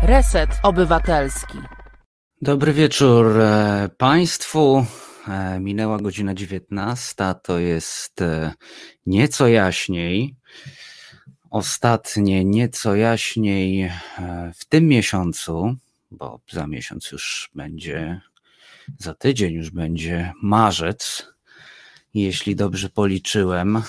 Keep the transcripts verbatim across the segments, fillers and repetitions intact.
Reset Obywatelski. Dobry wieczór e, Państwu. E, minęła godzina dziewiętnasta, to jest e, nieco jaśniej. Ostatnie nieco jaśniej e, w tym miesiącu, bo za miesiąc już będzie, za tydzień już będzie marzec, jeśli dobrze policzyłem.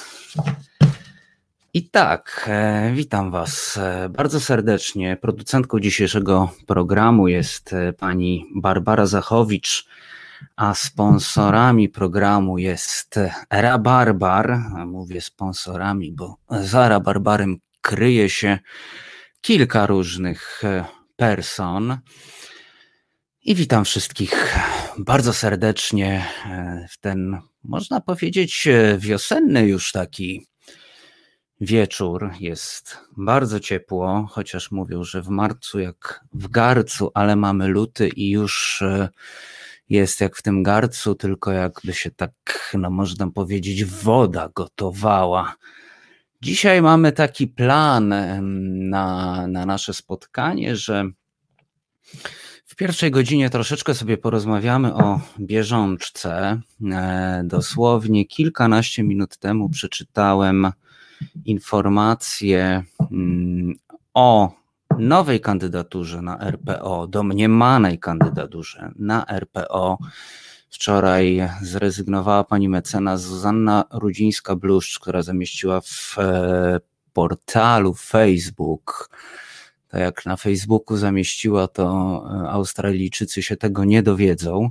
I tak, e, witam Was e, bardzo serdecznie. Producentką dzisiejszego programu jest e, pani Barbara Zachowicz, a sponsorami programu jest Rabarbar. Mówię sponsorami, bo za Rabarbarem kryje się kilka różnych e, person. I witam wszystkich bardzo serdecznie e, w ten, można powiedzieć, e, wiosenny już taki wieczór. Jest bardzo ciepło, chociaż mówią, że w marcu jak w garcu, ale mamy luty i już jest jak w tym garcu, tylko jakby się tak, no można powiedzieć, woda gotowała. Dzisiaj mamy taki plan na, na nasze spotkanie, że w pierwszej godzinie troszeczkę sobie porozmawiamy o bieżączce. Dosłownie kilkanaście minut temu przeczytałem informacje o nowej kandydaturze na R P O, domniemanej kandydaturze na R P O. Wczoraj zrezygnowała pani mecenas Zuzanna Rudzińska-Bluszcz, która zamieściła w portalu Facebook. To jak na Facebooku zamieściła, to Australijczycy się tego nie dowiedzą.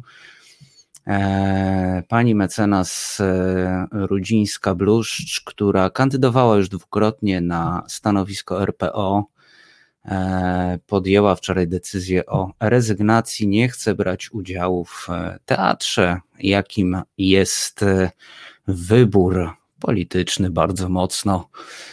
Pani mecenas Rudzińska-Bluszcz, która kandydowała już dwukrotnie na stanowisko R P O, podjęła wczoraj decyzję o rezygnacji. Nie chce brać udziału w teatrze, jakim jest wybór polityczny bardzo mocno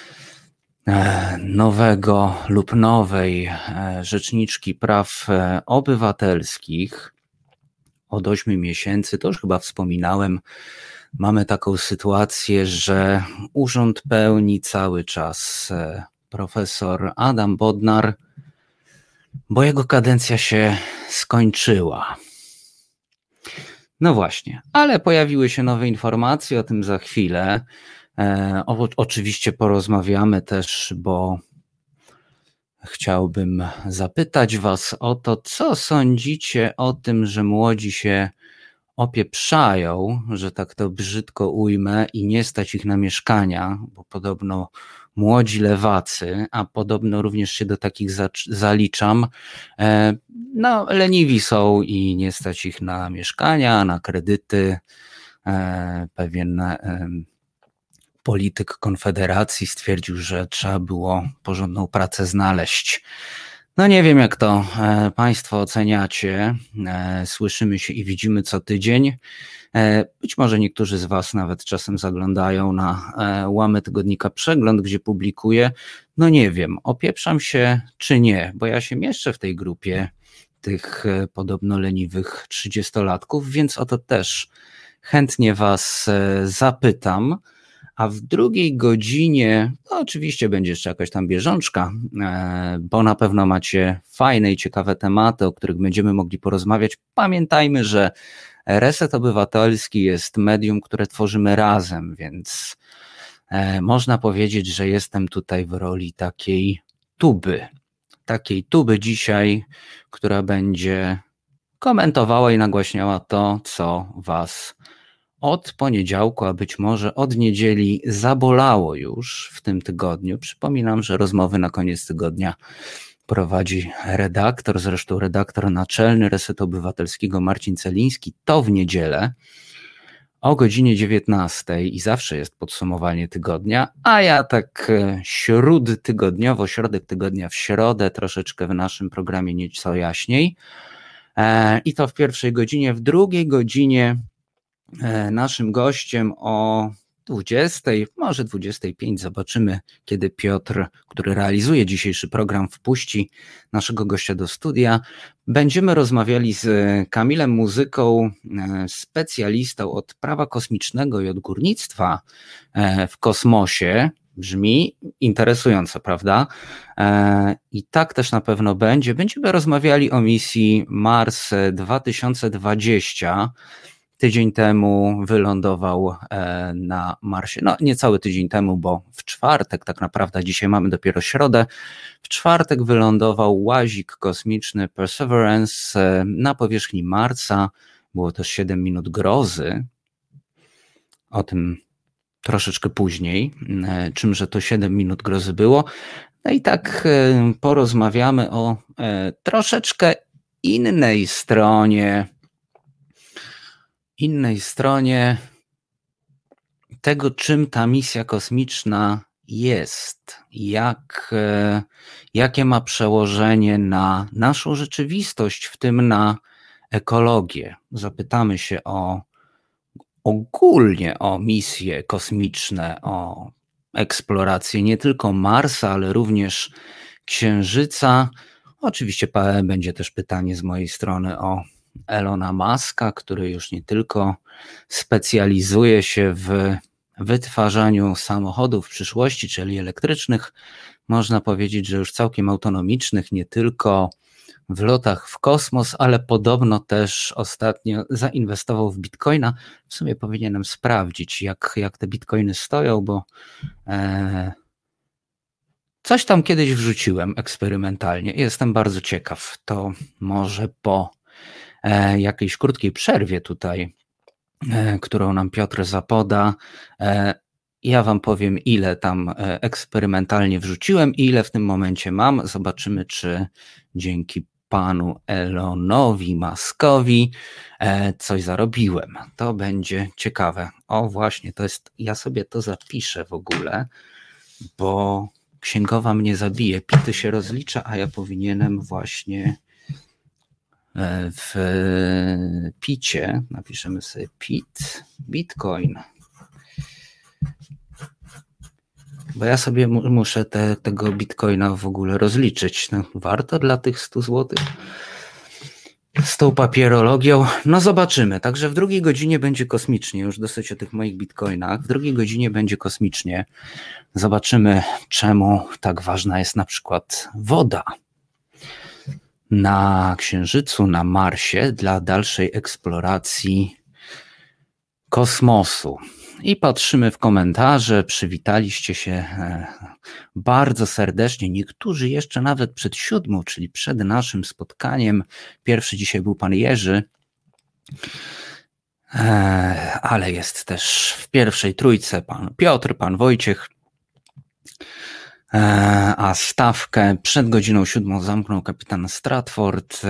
nowego lub nowej rzeczniczki praw obywatelskich. Od ośmiu miesięcy, to już chyba wspominałem, mamy taką sytuację, że urząd pełni cały czas profesor Adam Bodnar, bo jego kadencja się skończyła. No właśnie, ale pojawiły się nowe informacje, o tym za chwilę. E, o, oczywiście porozmawiamy też, bo chciałbym zapytać Was o to, co sądzicie o tym, że młodzi się opieprzają, że tak to brzydko ujmę, i nie stać ich na mieszkania, bo podobno młodzi lewacy, a podobno również się do takich zaliczam, no leniwi są i nie stać ich na mieszkania, na kredyty. Pewien polityk Konfederacji stwierdził, że trzeba było porządną pracę znaleźć. No nie wiem, jak to e, Państwo oceniacie. E, słyszymy się i widzimy co tydzień. E, być może niektórzy z Was nawet czasem zaglądają na e, łamy tygodnika Przegląd, gdzie publikuję. No nie wiem, opieprzam się czy nie, bo ja się mieszczę w tej grupie tych e, podobno leniwych trzydziestolatków, więc o to też chętnie Was e, zapytam. A w drugiej godzinie, no oczywiście będzie jeszcze jakaś tam bieżączka, bo na pewno macie fajne i ciekawe tematy, o których będziemy mogli porozmawiać. Pamiętajmy, że Reset Obywatelski jest medium, które tworzymy razem, więc można powiedzieć, że jestem tutaj w roli takiej tuby. Takiej tuby dzisiaj, która będzie komentowała i nagłaśniała to, co Was od poniedziałku, a być może od niedzieli zabolało już w tym tygodniu. Przypominam, że rozmowy na koniec tygodnia prowadzi redaktor, zresztą redaktor naczelny Resetu Obywatelskiego Marcin Celiński. To w niedzielę o godzinie dziewiętnastej i zawsze jest podsumowanie tygodnia, a ja tak śródtygodniowo, środek tygodnia w środę, troszeczkę w naszym programie nieco jaśniej. I to w pierwszej godzinie, w drugiej godzinie naszym gościem o dwudziestej, może dwudziestej pięć, zobaczymy, kiedy Piotr, który realizuje dzisiejszy program, wpuści naszego gościa do studia. Będziemy rozmawiali z Kamilem Muzyką, specjalistą od prawa kosmicznego i od górnictwa w kosmosie. Brzmi interesująco, prawda? I tak też na pewno będzie. Będziemy rozmawiali o misji Mars dwa tysiące dwadzieścia. Tydzień temu wylądował na Marsie, no niecały tydzień temu, bo w czwartek, tak naprawdę dzisiaj mamy dopiero środę, w czwartek wylądował łazik kosmiczny Perseverance na powierzchni Marsa. Było też siedem minut grozy. O tym troszeczkę później, czymże to siedem minut grozy było. No i tak porozmawiamy o troszeczkę innej stronie, innej stronie tego, czym ta misja kosmiczna jest, jak, jakie ma przełożenie na naszą rzeczywistość, w tym na ekologię. Zapytamy się o ogólnie o misje kosmiczne, o eksplorację nie tylko Marsa, ale również Księżyca. Oczywiście będzie też pytanie z mojej strony o Elona Muska, który już nie tylko specjalizuje się w wytwarzaniu samochodów w przyszłości, czyli elektrycznych, można powiedzieć, że już całkiem autonomicznych, nie tylko w lotach w kosmos, ale podobno też ostatnio zainwestował w bitcoina. W sumie powinienem sprawdzić, jak, jak te bitcoiny stoją, bo e, coś tam kiedyś wrzuciłem eksperymentalnie. Jestem bardzo ciekaw. To może po e, jakiejś krótkiej przerwie tutaj, e, którą nam Piotr zapoda, e, ja wam powiem, ile tam eksperymentalnie wrzuciłem i ile w tym momencie mam. Zobaczymy, czy dzięki panu Elonowi Muskowi coś zarobiłem. To będzie ciekawe. O właśnie, to jest, ja sobie to zapiszę w ogóle, bo księgowa mnie zabije. Pity się rozlicza, a ja powinienem właśnie w picie, napiszemy sobie pit, bitcoin. Bo ja sobie muszę te, tego bitcoina w ogóle rozliczyć. No, warto dla tych stu złotych z tą papierologią? No zobaczymy. Także w drugiej godzinie będzie kosmicznie. Już dosyć o tych moich bitcoinach. W drugiej godzinie będzie kosmicznie. Zobaczymy, czemu tak ważna jest na przykład woda na Księżycu, na Marsie dla dalszej eksploracji kosmosu. I patrzymy w komentarze, przywitaliście się bardzo serdecznie, niektórzy jeszcze nawet przed siódmą, czyli przed naszym spotkaniem. Pierwszy dzisiaj był pan Jerzy, ale jest też w pierwszej trójce pan Piotr, pan Wojciech, a stawkę przed godziną siódmą zamknął kapitan Stratford,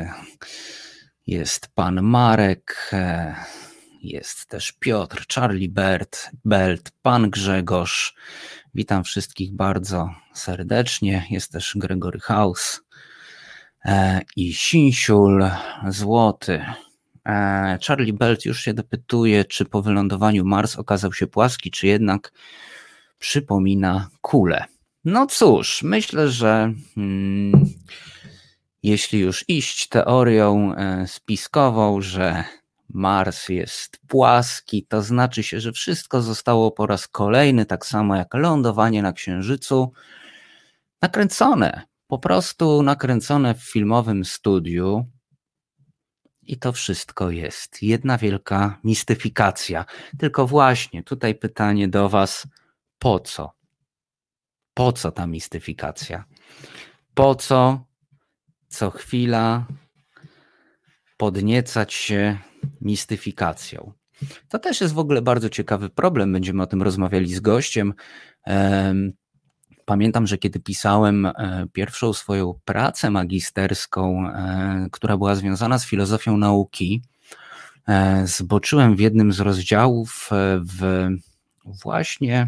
jest pan Marek, jest też Piotr, Charlie Bert, Belt, pan Grzegorz. Witam wszystkich bardzo serdecznie. Jest też Gregory House e, i Sinsiul Złoty. E, Charlie Belt już się dopytuje, czy po wylądowaniu Mars okazał się płaski, czy jednak przypomina kulę. No cóż, myślę, że hmm, jeśli już iść teorią e, spiskową, że Mars jest płaski, to znaczy się, że wszystko zostało po raz kolejny, tak samo jak lądowanie na Księżycu, nakręcone, po prostu nakręcone w filmowym studiu i to wszystko jest jedna wielka mistyfikacja. Tylko właśnie tutaj pytanie do was, po co? Po co ta mistyfikacja? Po co co chwila podniecać się mistyfikacją? To też jest w ogóle bardzo ciekawy problem. Będziemy o tym rozmawiali z gościem. Pamiętam, że kiedy pisałem pierwszą swoją pracę magisterską, która była związana z filozofią nauki, zboczyłem w jednym z rozdziałów w właśnie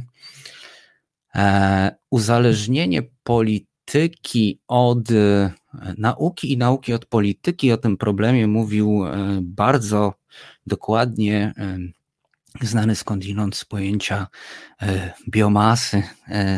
uzależnienie polityki od nauki i nauki od polityki. O tym problemie mówił bardzo dokładnie znany skądinąd z pojęcia biomasy,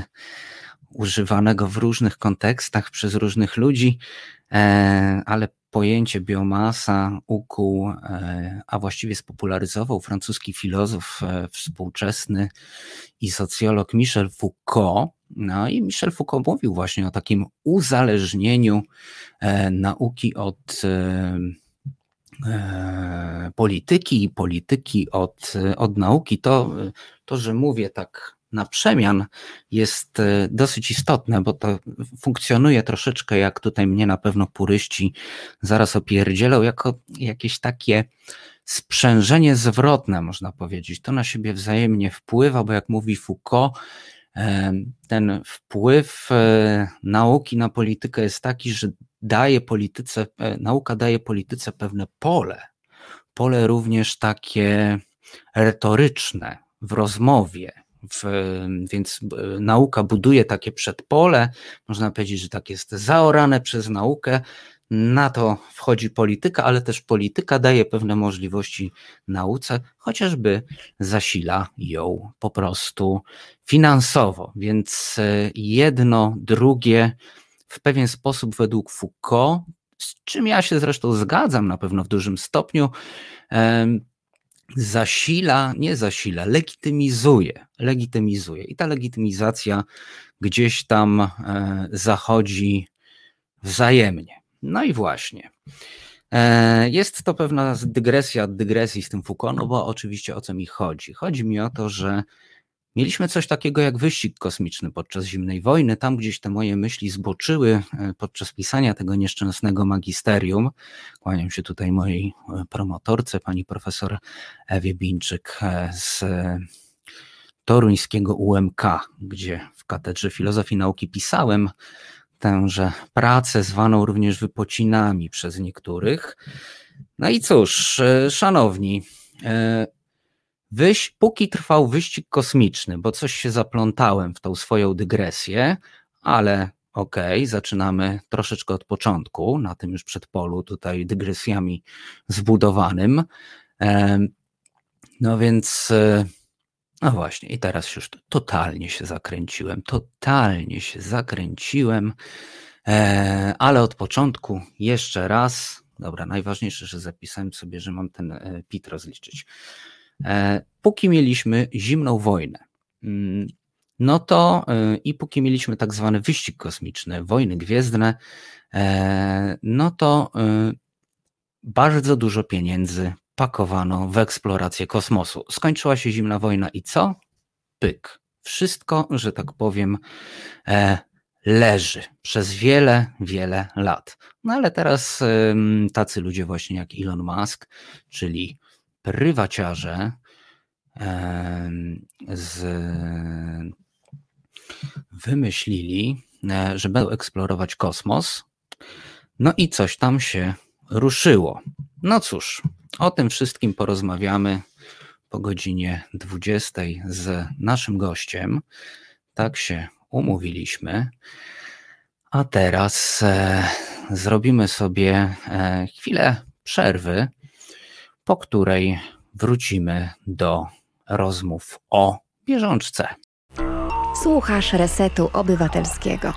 używanego w różnych kontekstach przez różnych ludzi, ale pojęcie biomasa ukuł, a właściwie spopularyzował francuski filozof współczesny i socjolog Michel Foucault. No i Michel Foucault mówił właśnie o takim uzależnieniu nauki od polityki i polityki od, od nauki. To, to, że mówię tak na przemian, jest dosyć istotne, bo to funkcjonuje troszeczkę, jak tutaj mnie na pewno puryści zaraz opierdzielą, jako jakieś takie sprzężenie zwrotne, można powiedzieć. To na siebie wzajemnie wpływa, bo jak mówi Foucault, ten wpływ nauki na politykę jest taki, że daje polityce, nauka daje polityce pewne pole, pole również takie retoryczne w rozmowie, w, więc nauka buduje takie przedpole, można powiedzieć, że tak jest zaorane przez naukę, na to wchodzi polityka, ale też polityka daje pewne możliwości nauce, chociażby zasila ją po prostu finansowo, więc jedno, drugie w pewien sposób według Foucault, z czym ja się zresztą zgadzam na pewno w dużym stopniu, zasila, nie zasila, legitymizuje, legitymizuje i ta legitymizacja gdzieś tam zachodzi wzajemnie. No i właśnie, jest to pewna dygresja od dygresji z tym Foucault, no bo oczywiście o co mi chodzi? Chodzi mi o to, że mieliśmy coś takiego jak wyścig kosmiczny podczas zimnej wojny, tam gdzieś te moje myśli zboczyły podczas pisania tego nieszczęsnego magisterium. Kłaniam się tutaj mojej promotorce, pani profesor Ewie Bińczyk z toruńskiego U M K, gdzie w Katedrze Filozofii Nauki pisałem tęże pracę zwaną również wypocinami przez niektórych. No i cóż, szanowni, wyś, póki trwał wyścig kosmiczny, bo coś się zaplątałem w tą swoją dygresję, ale okej, okay, zaczynamy troszeczkę od początku, na tym już przedpolu tutaj dygresjami zbudowanym. No więc, no właśnie, i teraz już totalnie się zakręciłem, totalnie się zakręciłem, ale od początku jeszcze raz, dobra, najważniejsze, że zapisałem sobie, że mam ten pit rozliczyć. Póki mieliśmy zimną wojnę, no to i póki mieliśmy tak zwany wyścig kosmiczny, wojny gwiezdne, no to bardzo dużo pieniędzy pakowano w eksplorację kosmosu. Skończyła się zimna wojna i co? Pyk. Wszystko, że tak powiem, leży przez wiele, wiele lat. No ale teraz tacy ludzie właśnie jak Elon Musk, czyli prywaciarze z, wymyślili, że będą eksplorować kosmos, no i coś tam się ruszyło. No cóż, o tym wszystkim porozmawiamy po godzinie dwudziestej z naszym gościem. Tak się umówiliśmy. A teraz e, zrobimy sobie e, chwilę przerwy, po której wrócimy do rozmów o bieżączce. Słuchasz Resetu Obywatelskiego.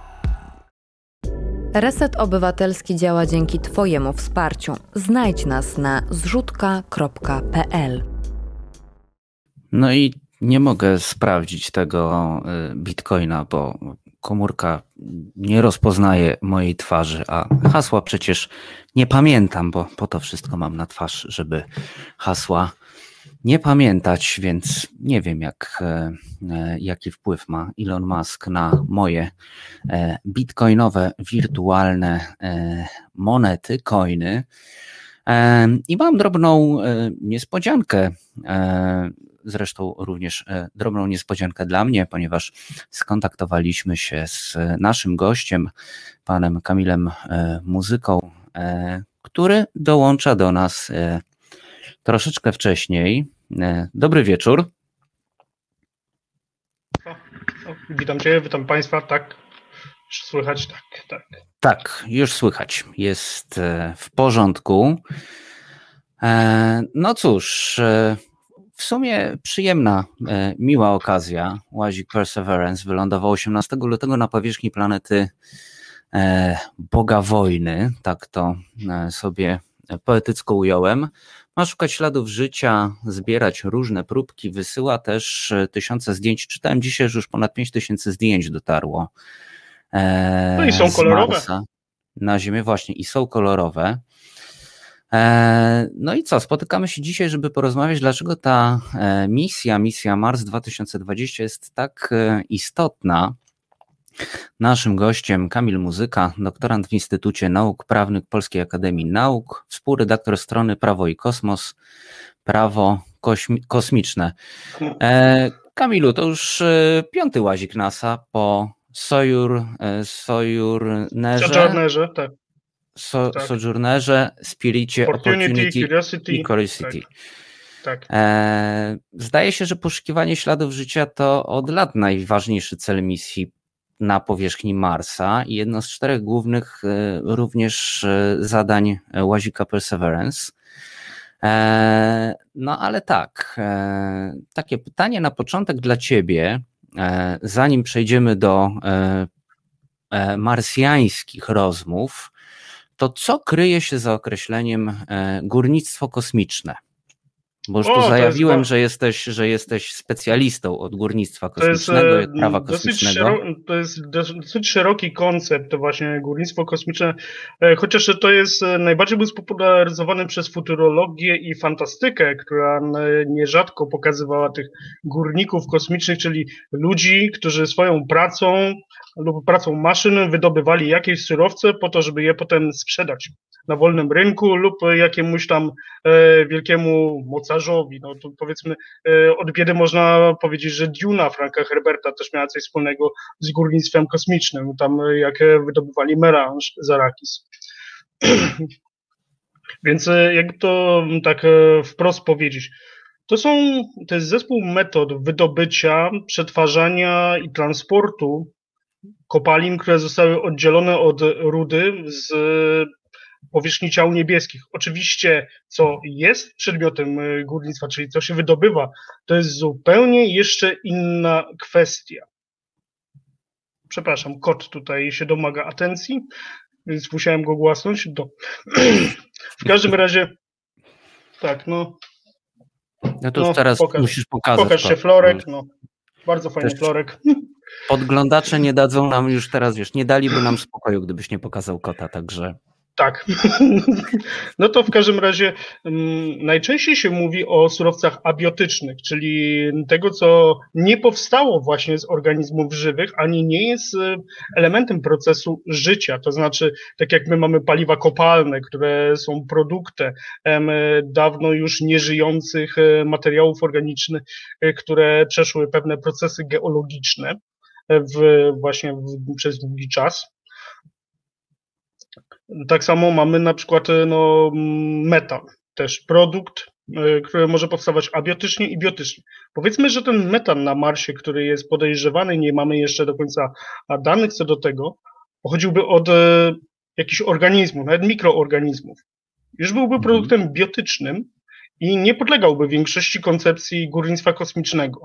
Reset Obywatelski działa dzięki Twojemu wsparciu. Znajdź nas na zrzutka kropka pe el. No i nie mogę sprawdzić tego bitcoina, bo komórka nie rozpoznaje mojej twarzy, a hasła przecież nie pamiętam, bo po to wszystko mam na twarz, żeby hasła nie pamiętać, więc nie wiem, jak, jaki wpływ ma Elon Musk na moje bitcoinowe, wirtualne monety, coiny. I mam drobną niespodziankę, zresztą również drobną niespodziankę dla mnie, ponieważ skontaktowaliśmy się z naszym gościem, panem Kamilem Muzyką, który dołącza do nas troszeczkę wcześniej. Dobry wieczór. Witam Cię, witam Państwa, tak, słychać, tak, tak. Tak, już słychać, jest w porządku. No cóż, w sumie przyjemna, miła okazja. Łazik Perseverance wylądował osiemnastego lutego na powierzchni planety boga wojny, tak to sobie poetycko ująłem. Ma szukać śladów życia, zbierać różne próbki, wysyła też tysiące zdjęć. Czytałem dzisiaj, że już ponad pięć tysięcy zdjęć dotarło. No i są kolorowe. Marsa na Ziemię, właśnie, i są kolorowe. No i co, spotykamy się dzisiaj, żeby porozmawiać, dlaczego ta misja, misja Mars dwa tysiące dwadzieścia jest tak istotna. Naszym gościem Kamil Muzyka, doktorant w Instytucie Nauk Prawnych Polskiej Akademii Nauk, współredaktor strony Prawo i Kosmos, Prawo kośmi- Kosmiczne. E, Kamilu, to już piąty łazik NASA po Sojur, Sojurnerze, Sojournerze, tak. so, tak. Sojournerze, Spiricie, Opportunity, Opportunity Curiosity. i Curiosity. Tak. tak. E, zdaje się, że poszukiwanie śladów życia to od lat najważniejszy cel misji na powierzchni Marsa i jedno z czterech głównych również zadań łazika Perseverance. No ale tak, takie pytanie na początek dla ciebie, zanim przejdziemy do marsjańskich rozmów, to co kryje się za określeniem górnictwo kosmiczne? Bo już tu o, zajawiłem, jest... że, jesteś, że jesteś specjalistą od górnictwa kosmicznego i od prawa kosmicznego. Szero... To jest dosyć szeroki koncept, to właśnie górnictwo kosmiczne, chociaż to jest najbardziej był spopularyzowany przez futurologię i fantastykę, która nierzadko pokazywała tych górników kosmicznych, czyli ludzi, którzy swoją pracą lub pracą maszyn wydobywali jakieś surowce po to, żeby je potem sprzedać na wolnym rynku lub jakiemuś tam e, wielkiemu mocarzowi. No to powiedzmy e, od biedy można powiedzieć, że Duna Franka Herberta też miała coś wspólnego z górnictwem kosmicznym, tam jak wydobywali melanż z Arrakis. Więc e, jakby to tak e, wprost powiedzieć, to są, to jest zespół metod wydobycia, przetwarzania i transportu kopalin, które zostały oddzielone od rudy z powierzchni ciał niebieskich. Oczywiście, co jest przedmiotem górnictwa, czyli co się wydobywa, to jest zupełnie jeszcze inna kwestia. Przepraszam, kot tutaj się domaga atencji, więc musiałem go głasnąć. Do. W każdym razie, tak, no. No to już no, teraz pokaż, musisz pokazać. Pokaż się Florek, no. Bardzo fajny Też Florek. Podglądacze nie dadzą nam już teraz, wiesz, nie daliby nam spokoju, gdybyś nie pokazał kota, także... Tak. No to w każdym razie um, najczęściej się mówi o surowcach abiotycznych, czyli tego, co nie powstało właśnie z organizmów żywych, ani nie jest elementem procesu życia. To znaczy, tak jak my mamy paliwa kopalne, które są produktem em, dawno już nieżyjących materiałów organicznych, które przeszły pewne procesy geologiczne w, właśnie w, przez długi czas. Tak samo mamy na przykład no, metan, też produkt, który może powstawać abiotycznie i biotycznie. Powiedzmy, że ten metan na Marsie, który jest podejrzewany, nie mamy jeszcze do końca danych co do tego, pochodziłby od jakichś organizmów, nawet mikroorganizmów. Już byłby produktem biotycznym i nie podlegałby większości koncepcji górnictwa kosmicznego.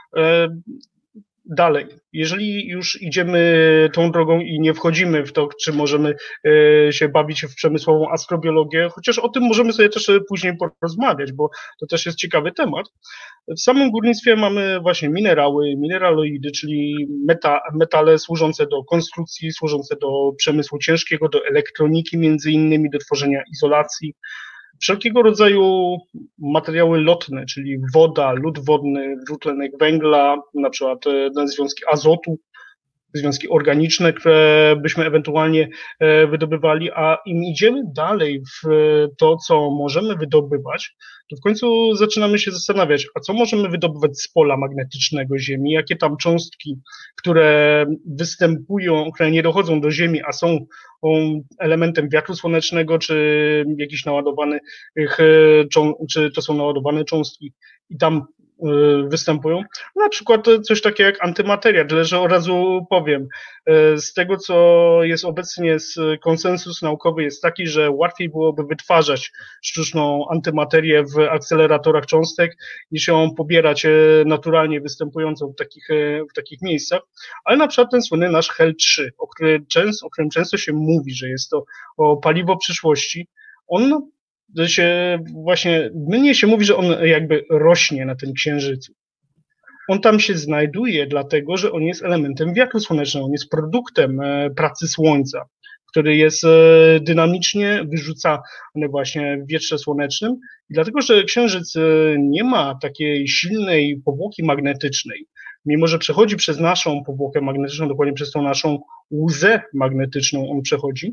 Dalej, jeżeli już idziemy tą drogą i nie wchodzimy w to, czy możemy e, się bawić w przemysłową astrobiologię, chociaż o tym możemy sobie też później porozmawiać, bo to też jest ciekawy temat. W samym górnictwie mamy właśnie minerały, mineraloidy, czyli meta, metale służące do konstrukcji, służące do przemysłu ciężkiego, do elektroniki między innymi, do tworzenia izolacji. Wszelkiego rodzaju materiały lotne, czyli woda, lód wodny, dwutlenek węgla, na przykład związki azotu, związki organiczne, które byśmy ewentualnie wydobywali, a im idziemy dalej w to, co możemy wydobywać, to w końcu zaczynamy się zastanawiać, a co możemy wydobywać z pola magnetycznego Ziemi, jakie tam cząstki, które występują, które nie dochodzą do Ziemi, a są elementem wiatru słonecznego, czy jakiś naładowany, czy to są naładowane cząstki. I tam występują. Na przykład coś takiego jak antymateria, tyle że od razu powiem, z tego co jest obecnie konsensus naukowy jest taki, że łatwiej byłoby wytwarzać sztuczną antymaterię w akceleratorach cząstek niż ją pobierać naturalnie występującą w takich, w takich miejscach, ale na przykład ten słynny nasz Hel trzy, o którym często, o którym często się mówi, że jest to o paliwo przyszłości, on się właśnie, mnie się mówi, że on jakby rośnie na tym księżycu. On tam się znajduje dlatego, że on jest elementem wiatru słonecznego, on jest produktem pracy Słońca, który jest dynamicznie wyrzucany właśnie w wietrze słonecznym. I dlatego, że Księżyc nie ma takiej silnej powłoki magnetycznej, mimo że przechodzi przez naszą powłokę magnetyczną, dokładnie przez tą naszą łzę magnetyczną on przechodzi,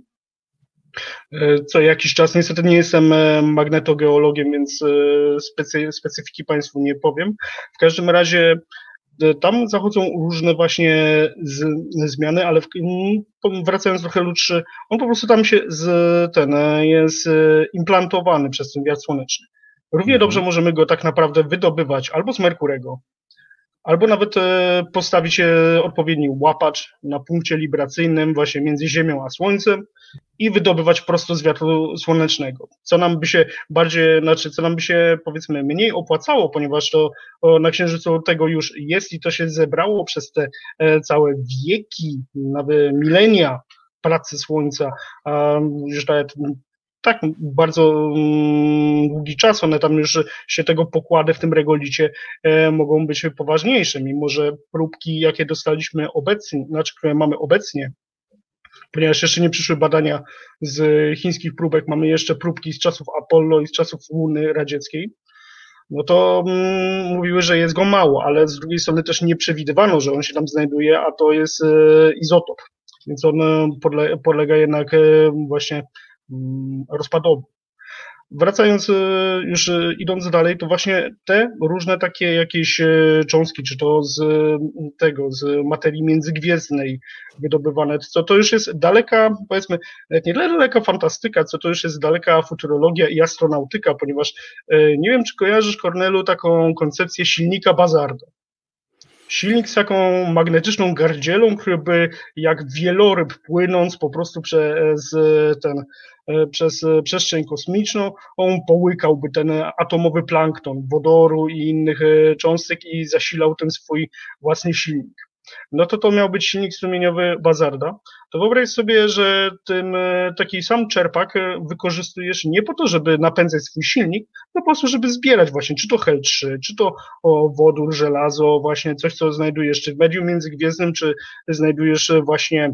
co jakiś czas, niestety nie jestem magnetogeologiem, więc specy, specyfiki Państwu nie powiem. W każdym razie tam zachodzą różne właśnie z, zmiany, ale w, wracając do Helu trzy, on po prostu tam się z, ten, jest implantowany przez ten wiatr słoneczny. Równie mhm. dobrze możemy go tak naprawdę wydobywać albo z Merkurego, albo nawet postawić odpowiedni łapacz na punkcie libracyjnym właśnie między Ziemią a Słońcem i wydobywać prosto z wiatru słonecznego. Co nam by się bardziej, znaczy co nam by się powiedzmy mniej opłacało, ponieważ to na Księżycu tego już jest i to się zebrało przez te całe wieki, nawet milenia pracy Słońca, już nawet tak bardzo długi czas, one tam już się tego pokłady w tym regolicie e, mogą być poważniejsze, mimo że próbki, jakie dostaliśmy obecnie, znaczy, które mamy obecnie, ponieważ jeszcze nie przyszły badania z chińskich próbek, mamy jeszcze próbki z czasów Apollo i z czasów Łuny Radzieckiej, no to mm, mówiły, że jest go mało, ale z drugiej strony też nie przewidywano, że on się tam znajduje, a to jest e, izotop, więc on podle, podlega jednak e, właśnie rozpadowy. Wracając już, idąc dalej, to właśnie te różne takie jakieś cząstki, czy to z tego, z materii międzygwiezdnej wydobywane, co to już jest daleka, powiedzmy, nie tyle daleka fantastyka, co to już jest daleka futurologia i astronautyka, ponieważ nie wiem, czy kojarzysz, Kornelu, taką koncepcję silnika Bazarda. Silnik z taką magnetyczną gardzielą, który by jak wieloryb płynąc po prostu przez ten, przez przestrzeń kosmiczną, on połykałby ten atomowy plankton wodoru i innych cząstek i zasilał ten swój własny silnik. No to to miał być silnik strumieniowy Bazarda. To wyobraź sobie, że ten taki sam czerpak wykorzystujesz nie po to, żeby napędzać swój silnik, no po prostu, żeby zbierać właśnie, czy to Hel trzy, czy to o, wodór, żelazo, właśnie coś, co znajdujesz czy w medium międzygwiezdnym, czy znajdujesz właśnie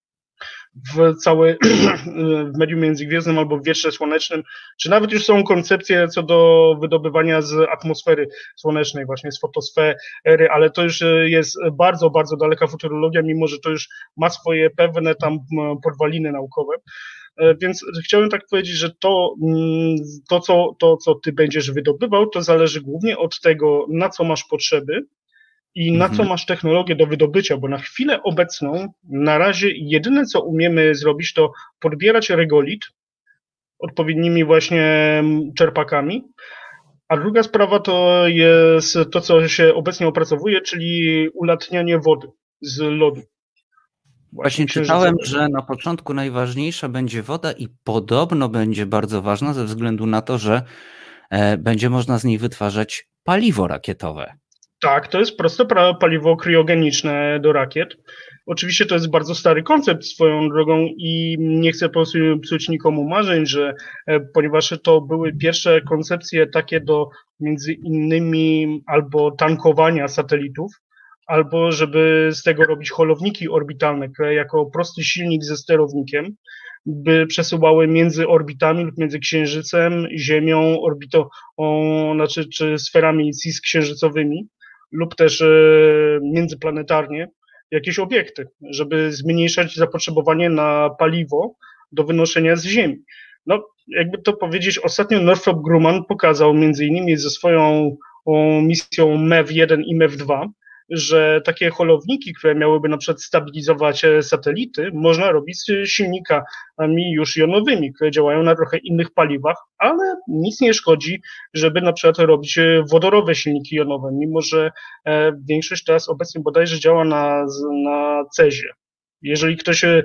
w całe w medium międzygwiezdnym albo w wietrze słonecznym, czy nawet już są koncepcje co do wydobywania z atmosfery słonecznej, właśnie z fotosfery, ale to już jest bardzo, bardzo daleka futurologia, mimo że to już ma swoje pewne tam podwaliny naukowe. Więc chciałem tak powiedzieć, że to, to, co, to, co ty będziesz wydobywał, to zależy głównie od tego, na co masz potrzeby, i na co masz technologię do wydobycia, bo na chwilę obecną, na razie jedyne co umiemy zrobić, to podbierać regolit odpowiednimi właśnie czerpakami, a druga sprawa to jest to, co się obecnie opracowuje, czyli ulatnianie wody z lodu. Właśnie czytałem, że na początku najważniejsza będzie woda i podobno będzie bardzo ważna ze względu na to, że będzie można z niej wytwarzać paliwo rakietowe. Tak, to jest proste paliwo kryogeniczne do rakiet. Oczywiście to jest bardzo stary koncept swoją drogą i nie chcę psuć nikomu marzeń, że ponieważ to były pierwsze koncepcje takie do między innymi albo tankowania satelitów, albo żeby z tego robić holowniki orbitalne, które jako prosty silnik ze sterownikiem by przesuwały między orbitami lub między Księżycem, Ziemią, orbitą, o, znaczy czy sferami cis księżycowymi, lub też e, międzyplanetarnie jakieś obiekty, żeby zmniejszać zapotrzebowanie na paliwo do wynoszenia z Ziemi. No, jakby to powiedzieć, ostatnio Northrop Grumman pokazał między innymi ze swoją o, misją M E W jeden i M E W dwa, że takie holowniki, które miałyby na przykład stabilizować satelity, można robić z silnikami już jonowymi, które działają na trochę innych paliwach, ale nic nie szkodzi, żeby na przykład robić wodorowe silniki jonowe, mimo że większość teraz obecnie bodajże działa na, na cezie. Jeżeli ktoś e,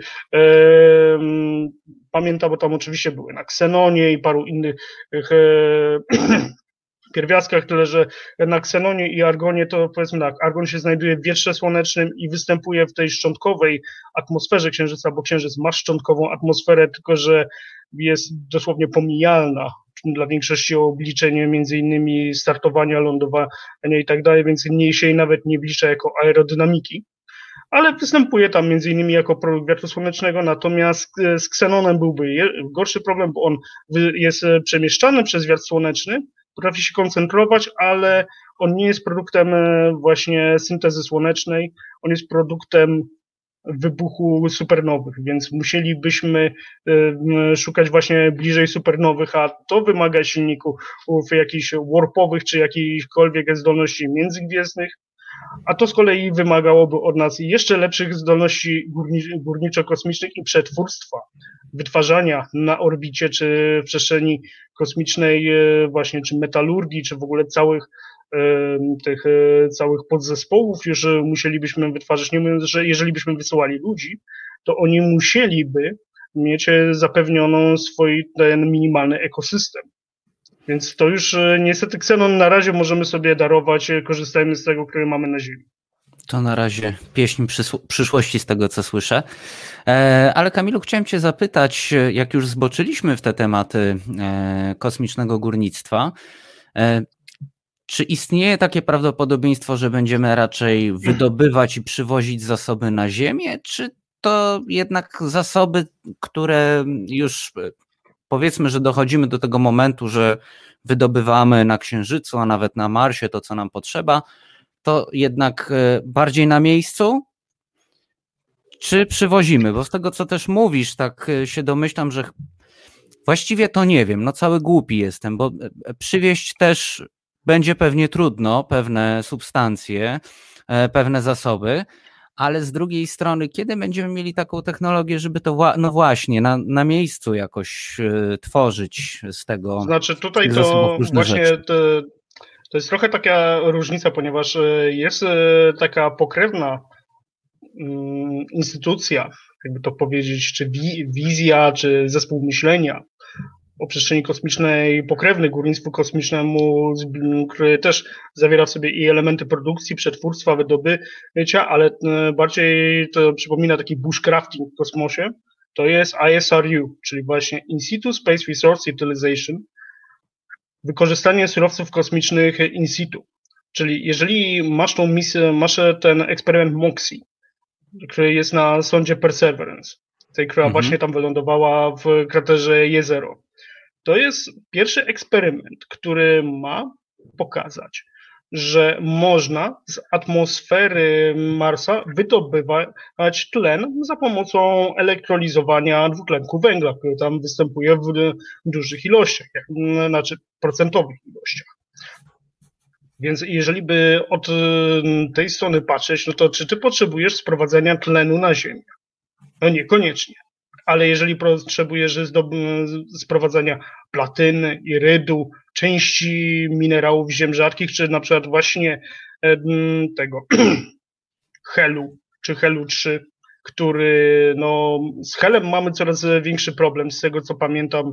pamięta, bo tam oczywiście były na ksenonie i paru innych e, pierwiastkach, tyle że na ksenonie i argonie to powiedzmy tak, argon się znajduje w wietrze słonecznym i występuje w tej szczątkowej atmosferze Księżyca, bo Księżyc ma szczątkową atmosferę, tylko że jest dosłownie pomijalna dla większości obliczeń, między innymi startowania, lądowania i tak dalej, więc nie się jej nawet nie wlicza jako aerodynamiki. Ale występuje tam między innymi jako produkt wiatru słonecznego, natomiast z ksenonem byłby gorszy problem, bo on jest przemieszczany przez wiatr słoneczny, potrafi się koncentrować, ale on nie jest produktem właśnie syntezy słonecznej, on jest produktem wybuchu supernowych, więc musielibyśmy szukać właśnie bliżej supernowych, a to wymaga silników jakichś warpowych czy jakichkolwiek zdolności międzygwiezdnych, a to z kolei wymagałoby od nas jeszcze lepszych zdolności górniczo-kosmicznych i przetwórstwa, wytwarzania na orbicie czy w przestrzeni kosmicznej właśnie, czy metalurgii, czy w ogóle całych tych całych podzespołów już musielibyśmy wytwarzać. Nie mówiąc, że jeżeli byśmy wysyłali ludzi, to oni musieliby mieć zapewnioną swój ten minimalny ekosystem. Więc to już niestety ksenon na razie możemy sobie darować, korzystajmy z tego, który mamy na Ziemi. To na razie pieśń przyszłości z tego, co słyszę. E, ale Kamilu, chciałem cię zapytać, jak już zboczyliśmy w te tematy e, kosmicznego górnictwa, e, czy istnieje takie prawdopodobieństwo, że będziemy raczej wydobywać i przywozić zasoby na Ziemię, czy to jednak zasoby, które już powiedzmy, że dochodzimy do tego momentu, że wydobywamy na Księżycu, a nawet na Marsie to, co nam potrzeba, to jednak bardziej na miejscu, czy przywozimy? Bo z tego, co też mówisz, tak się domyślam, że właściwie to nie wiem, no cały głupi jestem, bo przywieźć też będzie pewnie trudno, pewne substancje, pewne zasoby, ale z drugiej strony, kiedy będziemy mieli taką technologię, żeby to no właśnie na, na miejscu jakoś y, tworzyć z tego? Znaczy tutaj to właśnie to, to jest trochę taka różnica, ponieważ jest taka pokrewna um, instytucja, jakby to powiedzieć, czy wi- wizja, czy zespół myślenia o przestrzeni kosmicznej, pokrewny górnictwu kosmicznemu, który też zawiera w sobie i elementy produkcji, przetwórstwa, wydobycia, ale bardziej to przypomina taki bushcrafting w kosmosie. To jest I S R U, czyli właśnie In Situ Space Resource Utilization, wykorzystanie surowców kosmicznych in situ. Czyli jeżeli masz tą misję, masz ten eksperyment MOXIE, który jest na sondzie Perseverance, tej, która mhm. właśnie tam wylądowała w kraterze Jezero. To jest pierwszy eksperyment, który ma pokazać, że można z atmosfery Marsa wydobywać tlen za pomocą elektrolizowania dwutlenku węgla, który tam występuje w dużych ilościach, znaczy procentowych ilościach. Więc jeżeli by od tej strony patrzeć, no to czy ty potrzebujesz sprowadzenia tlenu na Ziemię? No niekoniecznie. Ale jeżeli potrzebujesz sprowadzenia platyny, irydu, części minerałów ziem rzadkich, czy na przykład właśnie tego helu, czy helu trzy, który no z helem mamy coraz większy problem, z tego co pamiętam,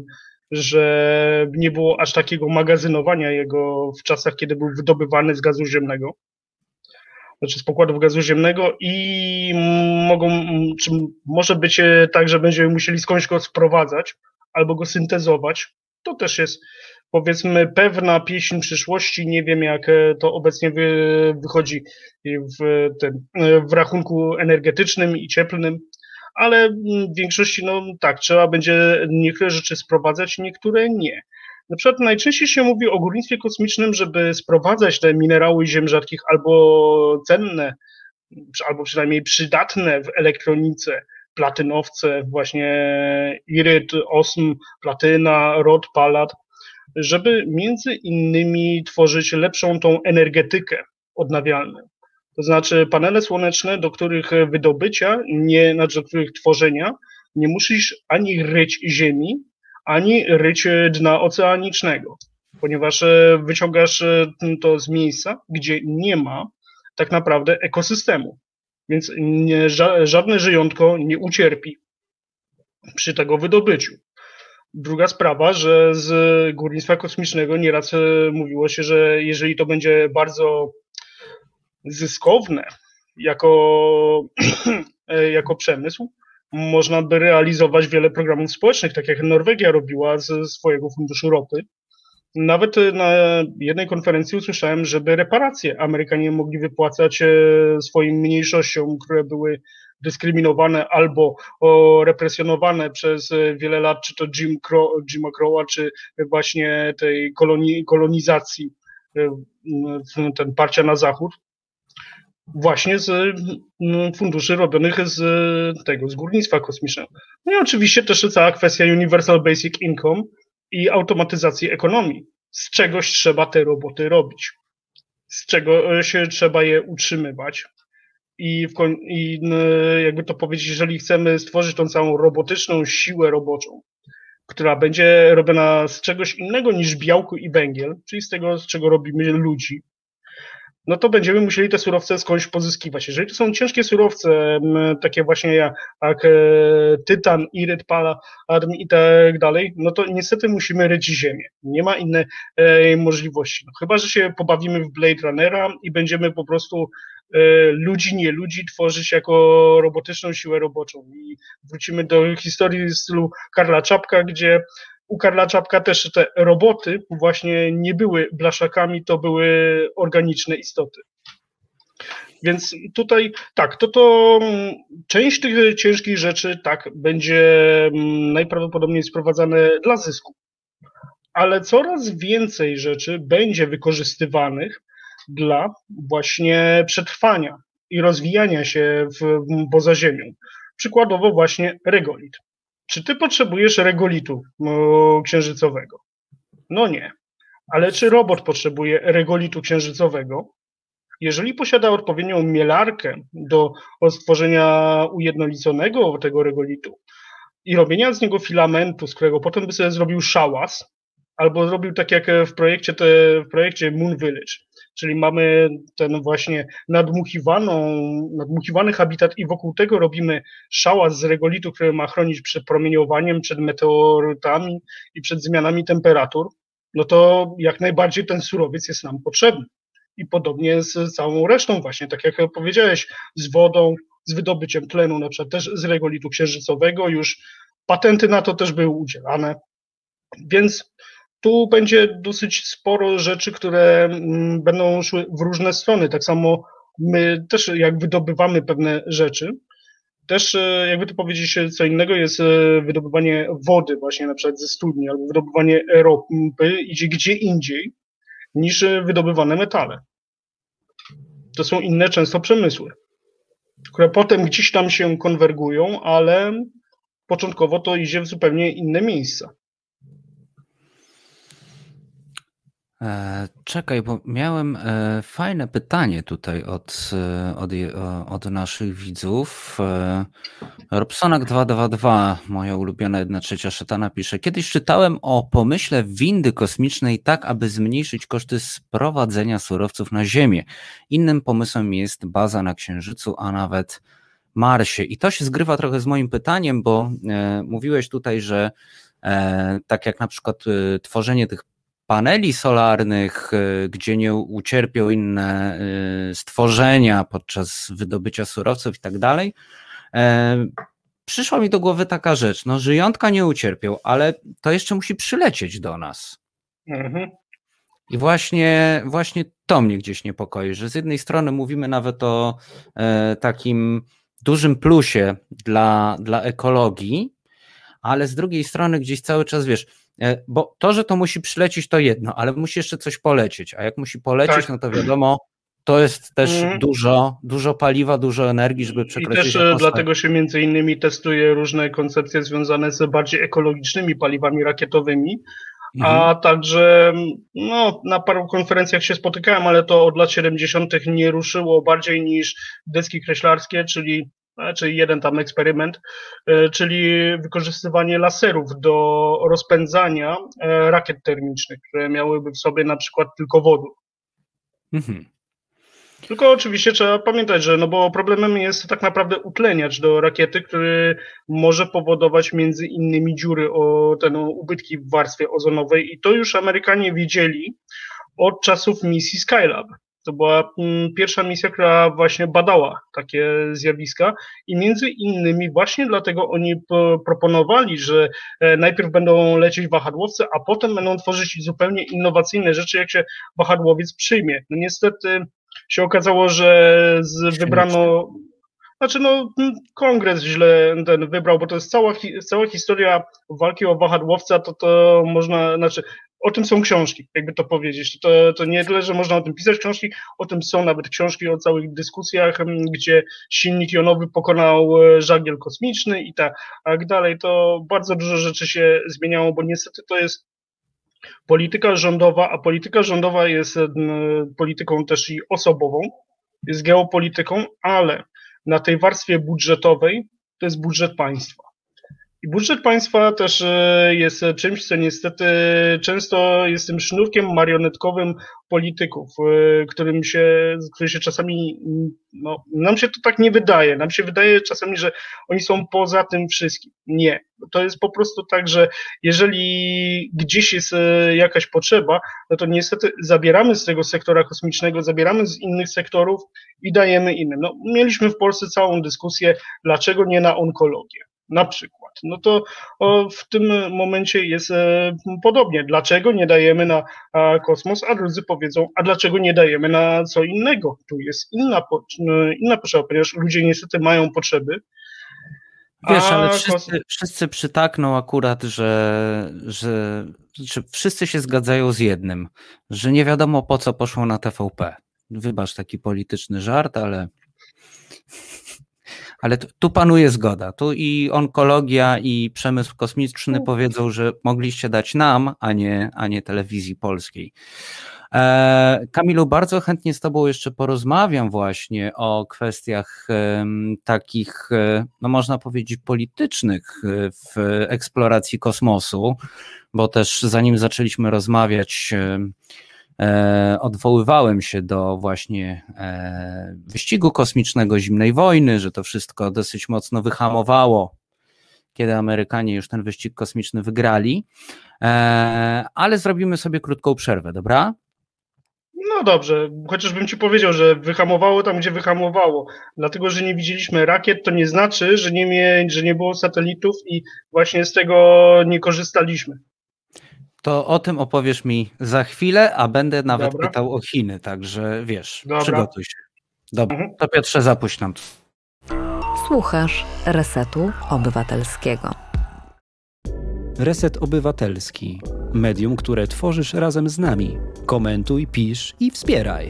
że nie było aż takiego magazynowania jego w czasach, kiedy był wydobywany z gazu ziemnego. Znaczy z pokładów gazu ziemnego i mogą, czy może być tak, że będziemy musieli skądś go sprowadzać albo go syntezować. To też jest, powiedzmy, pewna pieśń przyszłości. Nie wiem, jak to obecnie wy, wychodzi w, tym, w rachunku energetycznym i cieplnym, ale w większości, no tak, trzeba będzie niektóre rzeczy sprowadzać, niektóre nie. Na przykład najczęściej się mówi o górnictwie kosmicznym, żeby sprowadzać te minerały ziem rzadkich albo cenne, albo przynajmniej przydatne w elektronice, platynowce, właśnie iryt, osm, platyna, rod, palat, żeby między innymi tworzyć lepszą tą energetykę odnawialną. To znaczy panele słoneczne, do których wydobycia, nie, znaczy do których tworzenia nie musisz ani ryć ziemi, ani ryć dna oceanicznego, ponieważ wyciągasz to z miejsca, gdzie nie ma tak naprawdę ekosystemu, więc nie, żadne żyjątko nie ucierpi przy tego wydobyciu. Druga sprawa, że z górnictwa kosmicznego nieraz mówiło się, że jeżeli to będzie bardzo zyskowne jako, jako przemysł, można by realizować wiele programów społecznych, tak jak Norwegia robiła ze swojego funduszu ropy. Nawet na jednej konferencji usłyszałem, żeby reparacje Amerykanie mogli wypłacać swoim mniejszościom, które były dyskryminowane albo o, represjonowane przez wiele lat, czy to Jim Crow, Jima Crowa, czy właśnie tej koloni, kolonizacji, ten parcia na zachód, właśnie z funduszy robionych z tego, z górnictwa kosmicznego. No i oczywiście też cała kwestia Universal Basic Income i automatyzacji ekonomii. Z czegoś trzeba te roboty robić, z czego się trzeba je utrzymywać. I, w koń, I jakby to powiedzieć, jeżeli chcemy stworzyć tą całą robotyczną siłę roboczą, która będzie robiona z czegoś innego niż białko i węgiel, czyli z tego, z czego robimy ludzi, no to będziemy musieli te surowce skądś pozyskiwać. Jeżeli to są ciężkie surowce, takie właśnie jak, jak tytan, iryt, palladium i tak dalej, no to niestety musimy ryć ziemię. Nie ma innej e, możliwości. No, chyba że się pobawimy w Blade Runnera i będziemy po prostu e, ludzi, nie ludzi tworzyć jako robotyczną siłę roboczą. I wrócimy do historii w stylu Karla Czapka, gdzie u Karla Czapka też te roboty właśnie nie były blaszakami, to były organiczne istoty. Więc tutaj tak, to to część tych ciężkich rzeczy tak będzie najprawdopodobniej sprowadzane dla zysku. Ale coraz więcej rzeczy będzie wykorzystywanych dla właśnie przetrwania i rozwijania się w, poza ziemią. Przykładowo właśnie regolit. Czy ty potrzebujesz regolitu o, księżycowego? No nie. Ale czy robot potrzebuje regolitu księżycowego? Jeżeli posiada odpowiednią mielarkę do stworzenia ujednoliconego tego regolitu i robienia z niego filamentu, z którego potem by sobie zrobił szałas, albo zrobił tak jak w projekcie, te, w projekcie Moon Village, czyli mamy ten właśnie nadmuchiwaną, nadmuchiwany habitat i wokół tego robimy szałas z regolitu, który ma chronić przed promieniowaniem, przed meteorytami i przed zmianami temperatur, no to jak najbardziej ten surowiec jest nam potrzebny. I podobnie z całą resztą właśnie, tak jak powiedziałeś, z wodą, z wydobyciem tlenu, na przykład też z regolitu księżycowego, już patenty na to też były udzielane, więc tu będzie dosyć sporo rzeczy, które będą szły w różne strony. Tak samo my też jak wydobywamy pewne rzeczy, też jakby to powiedzieć, co innego jest wydobywanie wody właśnie na przykład ze studni, albo wydobywanie ropy idzie gdzie indziej niż wydobywane metale. To są inne często przemysły, które potem gdzieś tam się konwergują, ale początkowo to idzie w zupełnie inne miejsca. E, czekaj, bo miałem e, fajne pytanie tutaj od, e, od, e, od naszych widzów. E, Robsonak dwa dwa dwa, moja ulubiona jedna trzecia szatana, pisze: kiedyś czytałem o pomyśle windy kosmicznej tak, aby zmniejszyć koszty sprowadzenia surowców na Ziemię. Innym pomysłem jest baza na Księżycu, a nawet Marsie. I to się zgrywa trochę z moim pytaniem, bo e, mówiłeś tutaj, że e, tak jak na przykład e, tworzenie tych paneli solarnych, gdzie nie ucierpią inne stworzenia podczas wydobycia surowców i tak dalej, przyszła mi do głowy taka rzecz, no żyjątka nie ucierpią, ale to jeszcze musi przylecieć do nas. Mhm. I właśnie, właśnie to mnie gdzieś niepokoi, że z jednej strony mówimy nawet o takim dużym plusie dla, dla ekologii, ale z drugiej strony gdzieś cały czas, wiesz, bo to, że to musi przylecieć, to jedno, ale musi jeszcze coś polecieć, a jak musi polecieć, tak, no to wiadomo, to jest też mm. dużo, dużo paliwa, dużo energii, żeby przekroczyć I też atmosferę. Dlatego się między innymi testuje różne koncepcje związane z bardziej ekologicznymi paliwami rakietowymi, a Mhm. także no, na paru konferencjach się spotykałem, ale to od lat siedemdziesiątych nie ruszyło bardziej niż deski kreślarskie, czyli znaczy jeden tam eksperyment, e, czyli wykorzystywanie laserów do rozpędzania e, rakiet termicznych, które miałyby w sobie na przykład tylko wodór. Mhm. Tylko oczywiście trzeba pamiętać, że no bo problemem jest tak naprawdę utleniacz do rakiety, który może powodować między innymi dziury, o ten o ubytki w warstwie ozonowej i to już Amerykanie wiedzieli od czasów misji Skylab. To była mm, pierwsza misja, która właśnie badała takie zjawiska i między innymi właśnie dlatego oni p- proponowali, że e, najpierw będą lecieć wahadłowce, a potem będą tworzyć zupełnie innowacyjne rzeczy, jak się wahadłowiec przyjmie. No niestety się okazało, że z wybrano, znaczy no m, kongres źle ten wybrał, bo to jest cała, hi- cała historia walki o wahadłowca, to to można, znaczy o tym są książki, jakby to powiedzieć. To, to nie tyle, że można o tym pisać książki, o tym są nawet książki o całych dyskusjach, m, gdzie silnik jonowy pokonał e, żagiel kosmiczny i tak tak dalej. To bardzo dużo rzeczy się zmieniało, bo niestety to jest polityka rządowa, a polityka rządowa jest m, polityką też i osobową, jest geopolityką, ale na tej warstwie budżetowej to jest budżet państwa. I budżet państwa też e, jest czymś, co niestety często jest tym sznurkiem marionetkowym polityków, e, którym się, który się czasami, mm, no, nam się to tak nie wydaje. Nam się wydaje czasami, że oni są poza tym wszystkim. Nie. To jest po prostu tak, że jeżeli gdzieś jest e, jakaś potrzeba, no to niestety zabieramy z tego sektora kosmicznego, zabieramy z innych sektorów i dajemy innym. No, mieliśmy w Polsce całą dyskusję, dlaczego nie na onkologię. Na przykład. No to o, w tym momencie jest e, podobnie. Dlaczego nie dajemy na a, kosmos, a drudzy powiedzą, a dlaczego nie dajemy na co innego? Tu jest inna, po, e, inna potrzeba, ponieważ ludzie niestety mają potrzeby. Wiesz, a ale kos- wszyscy, wszyscy przytakną akurat, że, że, że wszyscy się zgadzają z jednym, że nie wiadomo po co poszło na T V P. Wybacz taki polityczny żart, ale, ale tu, tu panuje zgoda. Tu i onkologia, i przemysł kosmiczny powiedzą, że mogliście dać nam, a nie, a nie telewizji polskiej. E, Kamilu, bardzo chętnie z Tobą jeszcze porozmawiam właśnie o kwestiach em, takich, e, no można powiedzieć, politycznych e, w eksploracji kosmosu, bo też zanim zaczęliśmy rozmawiać, e, e, odwoływałem się do właśnie e, wyścigu kosmicznego, zimnej wojny, że to wszystko dosyć mocno wyhamowało, kiedy Amerykanie już ten wyścig kosmiczny wygrali, e, ale zrobimy sobie krótką przerwę, dobra? No dobrze, chociażbym ci powiedział, że wyhamowało tam, gdzie wyhamowało. Dlatego, że nie widzieliśmy rakiet, to nie znaczy, że nie, mie- że nie było satelitów i właśnie z tego nie korzystaliśmy. To o tym opowiesz mi za chwilę, a będę nawet Dobra. pytał o Chiny, także wiesz, Dobra. przygotuj się. Dobra, Mhm. to Piotrze, zapuść nam. Słuchasz Resetu Obywatelskiego. Reset Obywatelski. Medium, które tworzysz razem z nami. Komentuj, pisz i wspieraj.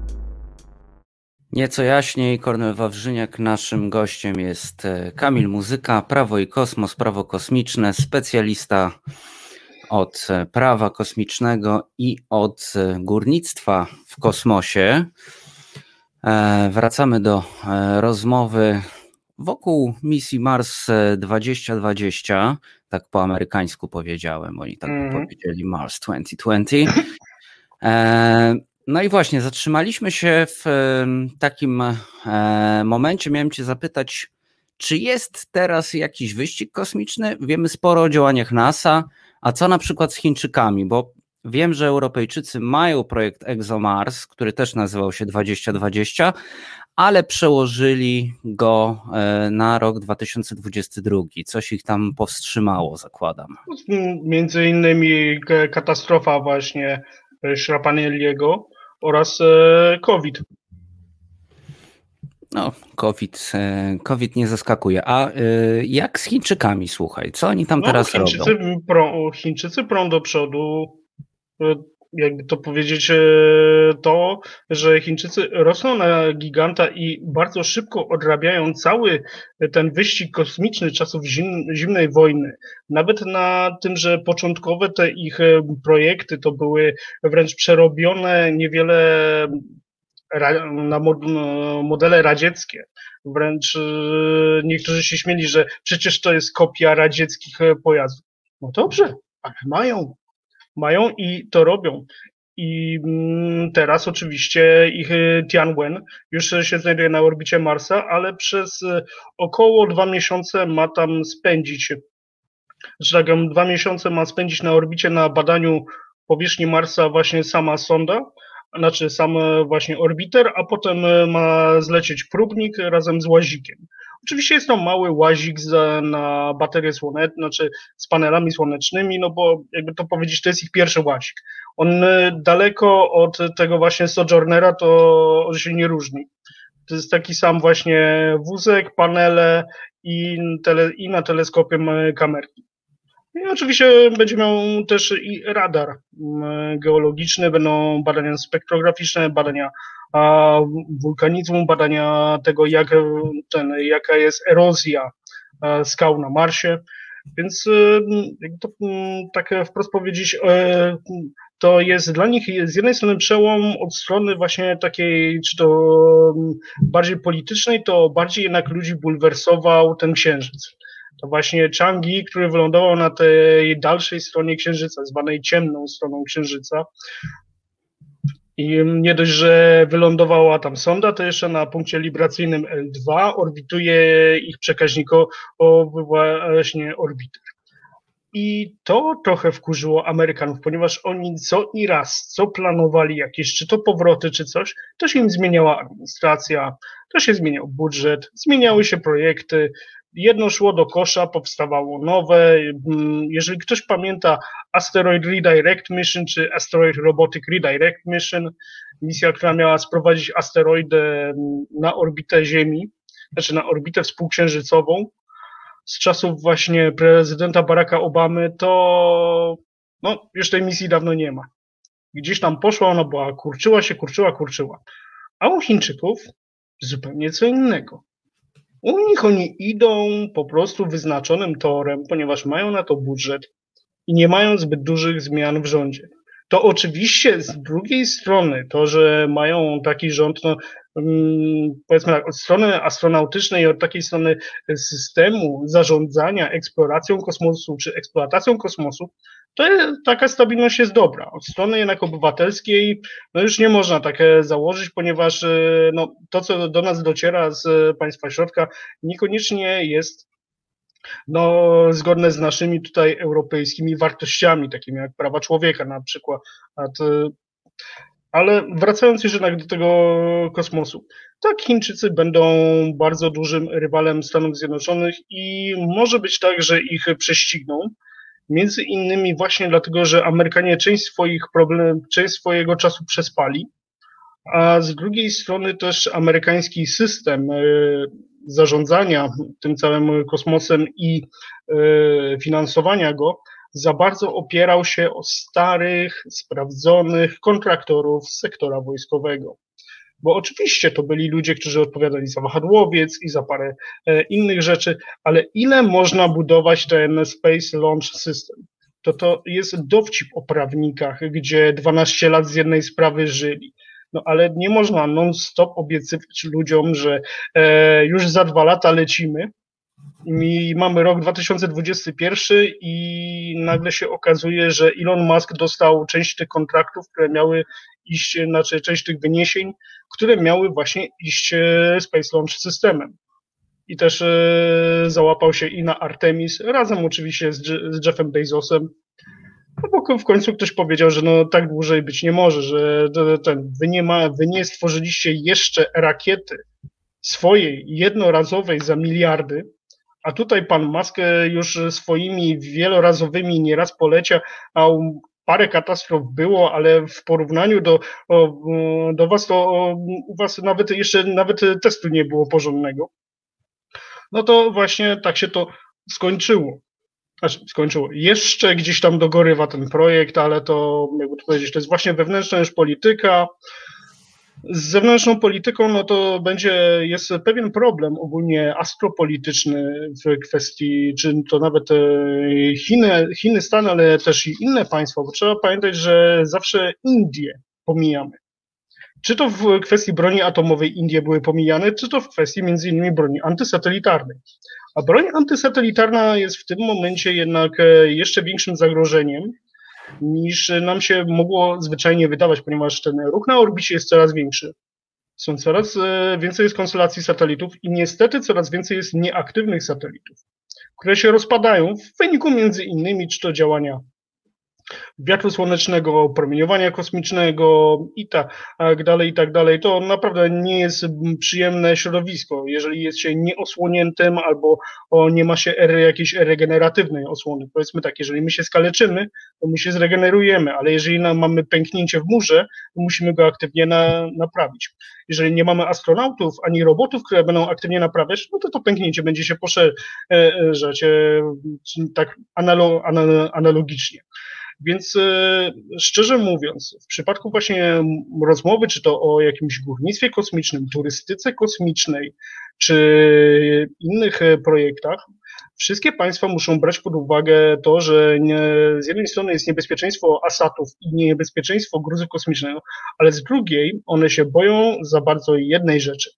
Nieco jaśniej, Kornel Wawrzyniak, naszym gościem jest Kamil Muzyka, Prawo i Kosmos, Prawo Kosmiczne, specjalista od prawa kosmicznego i od górnictwa w kosmosie. Wracamy do rozmowy wokół misji Mars dwadzieścia dwadzieścia, tak po amerykańsku powiedziałem, oni tak Mhm. powiedzieli Mars dwadzieścia dwadzieścia. E, no i właśnie, zatrzymaliśmy się w em, takim e, momencie, miałem cię zapytać, czy jest teraz jakiś wyścig kosmiczny? Wiemy sporo o działaniach NASA, a co na przykład z Chińczykami, bo wiem, że Europejczycy mają projekt ExoMars, który też nazywał się dwadzieścia dwadzieścia, ale przełożyli go e, na rok dwa tysiące dwudziesty drugi. Coś ich tam powstrzymało, zakładam. Między innymi k- katastrofa właśnie e, Szrapanelliego oraz e, COVID. No, COVID, e, COVID nie zaskakuje. A e, jak z Chińczykami, słuchaj, co oni tam No, teraz Chińczycy robią? prą, Chińczycy prą do przodu. E, jakby to powiedzieć, to, że Chińczycy rosną na giganta i bardzo szybko odrabiają cały ten wyścig kosmiczny czasów zim, zimnej wojny. Nawet na tym, że początkowe te ich projekty to były wręcz przerobione niewiele na modele radzieckie. Wręcz niektórzy się śmieli, że przecież to jest kopia radzieckich pojazdów. No dobrze, ale mają. Mają i to robią. I teraz oczywiście ich Tianwen już się znajduje na orbicie Marsa, ale przez około dwa miesiące ma tam spędzić, znaczy tak, dwa miesiące ma spędzić na orbicie na badaniu powierzchni Marsa właśnie sama sonda, znaczy sam właśnie orbiter, a potem ma zlecieć próbnik razem z łazikiem. Oczywiście jest to mały łazik za, na baterie słoneczne, znaczy z panelami słonecznymi, no bo jakby to powiedzieć, to jest ich pierwszy łazik. On daleko od tego właśnie Sojournera to się nie różni. To jest taki sam właśnie wózek, panele i, tele, i na teleskopie kamerki. I oczywiście będzie miał też i radar geologiczny, będą badania spektrograficzne, badania a, wulkanizmu, badania tego, jak ten, jaka jest erozja a, skał na Marsie. Więc to, tak wprost powiedzieć, to jest dla nich z jednej strony przełom od strony właśnie takiej, czy to bardziej politycznej, to bardziej jednak ludzi bulwersował ten księżyc. To właśnie Chang'e, który wylądował na tej dalszej stronie Księżyca, zwanej ciemną stroną Księżyca. I nie dość, że wylądowała tam sonda, to jeszcze na punkcie libracyjnym L dwa orbituje ich przekaźnikowy właśnie orbiter. I to trochę wkurzyło Amerykanów, ponieważ oni co i raz, co planowali jakieś, czy to powroty, czy coś, to się im zmieniała administracja, to się zmieniał budżet, zmieniały się projekty, jedno szło do kosza, powstawało nowe. Jeżeli ktoś pamięta Asteroid Redirect Mission, czy Asteroid Robotic Redirect Mission, misja, która miała sprowadzić asteroidę na orbitę Ziemi, znaczy na orbitę współksiężycową, z czasów właśnie prezydenta Baracka Obamy, to no, już tej misji dawno nie ma. Gdzieś tam poszła, ona była, kurczyła się, kurczyła, kurczyła. A u Chińczyków zupełnie co innego. U nich oni idą po prostu wyznaczonym torem, ponieważ mają na to budżet i nie mają zbyt dużych zmian w rządzie. To oczywiście z drugiej strony to, że mają taki rząd, no, powiedzmy tak, od strony astronautycznej, od takiej strony systemu zarządzania eksploracją kosmosu czy eksploatacją kosmosu, to jest, taka stabilność jest dobra. Od strony jednak obywatelskiej no już nie można tak założyć, ponieważ no, to, co do nas dociera z państwa środka, niekoniecznie jest no, zgodne z naszymi tutaj europejskimi wartościami, takimi jak prawa człowieka na przykład. Ale wracając już jednak do tego kosmosu, tak, Chińczycy będą bardzo dużym rywalem Stanów Zjednoczonych i może być tak, że ich prześcigną. Między innymi właśnie dlatego, że Amerykanie część swoich problemów, część swojego czasu przespali, a z drugiej strony też amerykański system zarządzania tym całym kosmosem i finansowania go za bardzo opierał się o starych, sprawdzonych kontraktorów z sektora wojskowego. Bo oczywiście to byli ludzie, którzy odpowiadali za wahadłowiec i za parę e, innych rzeczy, ale ile można budować ten Space Launch System? To to jest dowcip o prawnikach, gdzie dwanaście lat z jednej sprawy żyli. No ale nie można non-stop obiecywać ludziom, że e, już za dwa lata lecimy i mamy rok dwa tysiące dwudziesty pierwszy i nagle się okazuje, że Elon Musk dostał część tych kontraktów, które miały iść, znaczy część tych wyniesień, które miały właśnie iść Space Launch Systemem. I też e, załapał się i na Artemis, razem oczywiście z, z Jeffem Bezosem, no bo w końcu ktoś powiedział, że no tak dłużej być nie może, że ten, wy, nie ma, wy nie stworzyliście jeszcze rakiety swojej, jednorazowej za miliardy, a tutaj pan Musk już swoimi wielorazowymi nieraz poleciał, a parę katastrof było, ale w porównaniu do, do was, to u was nawet jeszcze nawet testu nie było porządnego. No to właśnie tak się to skończyło. Znaczy, skończyło. Jeszcze gdzieś tam dogorywa ten projekt, ale to, jakby to powiedzieć, to jest właśnie wewnętrzna już polityka. Z zewnętrzną polityką, no to będzie, jest pewien problem ogólnie astropolityczny w kwestii, czy to nawet Chiny, Chiny, Stany, ale też i inne państwa, bo trzeba pamiętać, że zawsze Indie pomijamy. Czy to w kwestii broni atomowej Indie były pomijane, czy to w kwestii między innymi broni antysatelitarnej. A broń antysatelitarna jest w tym momencie jednak jeszcze większym zagrożeniem, niż nam się mogło zwyczajnie wydawać, ponieważ ten ruch na orbicie jest coraz większy. Są coraz więcej jest konstelacji satelitów i niestety coraz więcej jest nieaktywnych satelitów, które się rozpadają w wyniku między innymi czy to działania wiatru słonecznego, promieniowania kosmicznego i tak dalej, i tak dalej. To naprawdę nie jest przyjemne środowisko, jeżeli jest się nieosłoniętym albo o, nie ma się ery, jakiejś regeneratywnej osłony. Powiedzmy tak, jeżeli my się skaleczymy, to my się zregenerujemy, ale jeżeli nam mamy pęknięcie w murze, to musimy go aktywnie na, naprawić. Jeżeli nie mamy astronautów ani robotów, które będą aktywnie naprawiać, no to to pęknięcie będzie się poszerzać tak analo, analogicznie. Więc e, szczerze mówiąc, w przypadku właśnie rozmowy, czy to o jakimś górnictwie kosmicznym, turystyce kosmicznej, czy innych projektach, wszystkie państwa muszą brać pod uwagę to, że nie, z jednej strony jest niebezpieczeństwo asatów i niebezpieczeństwo gruzów kosmicznego, ale z drugiej one się boją za bardzo jednej rzeczy.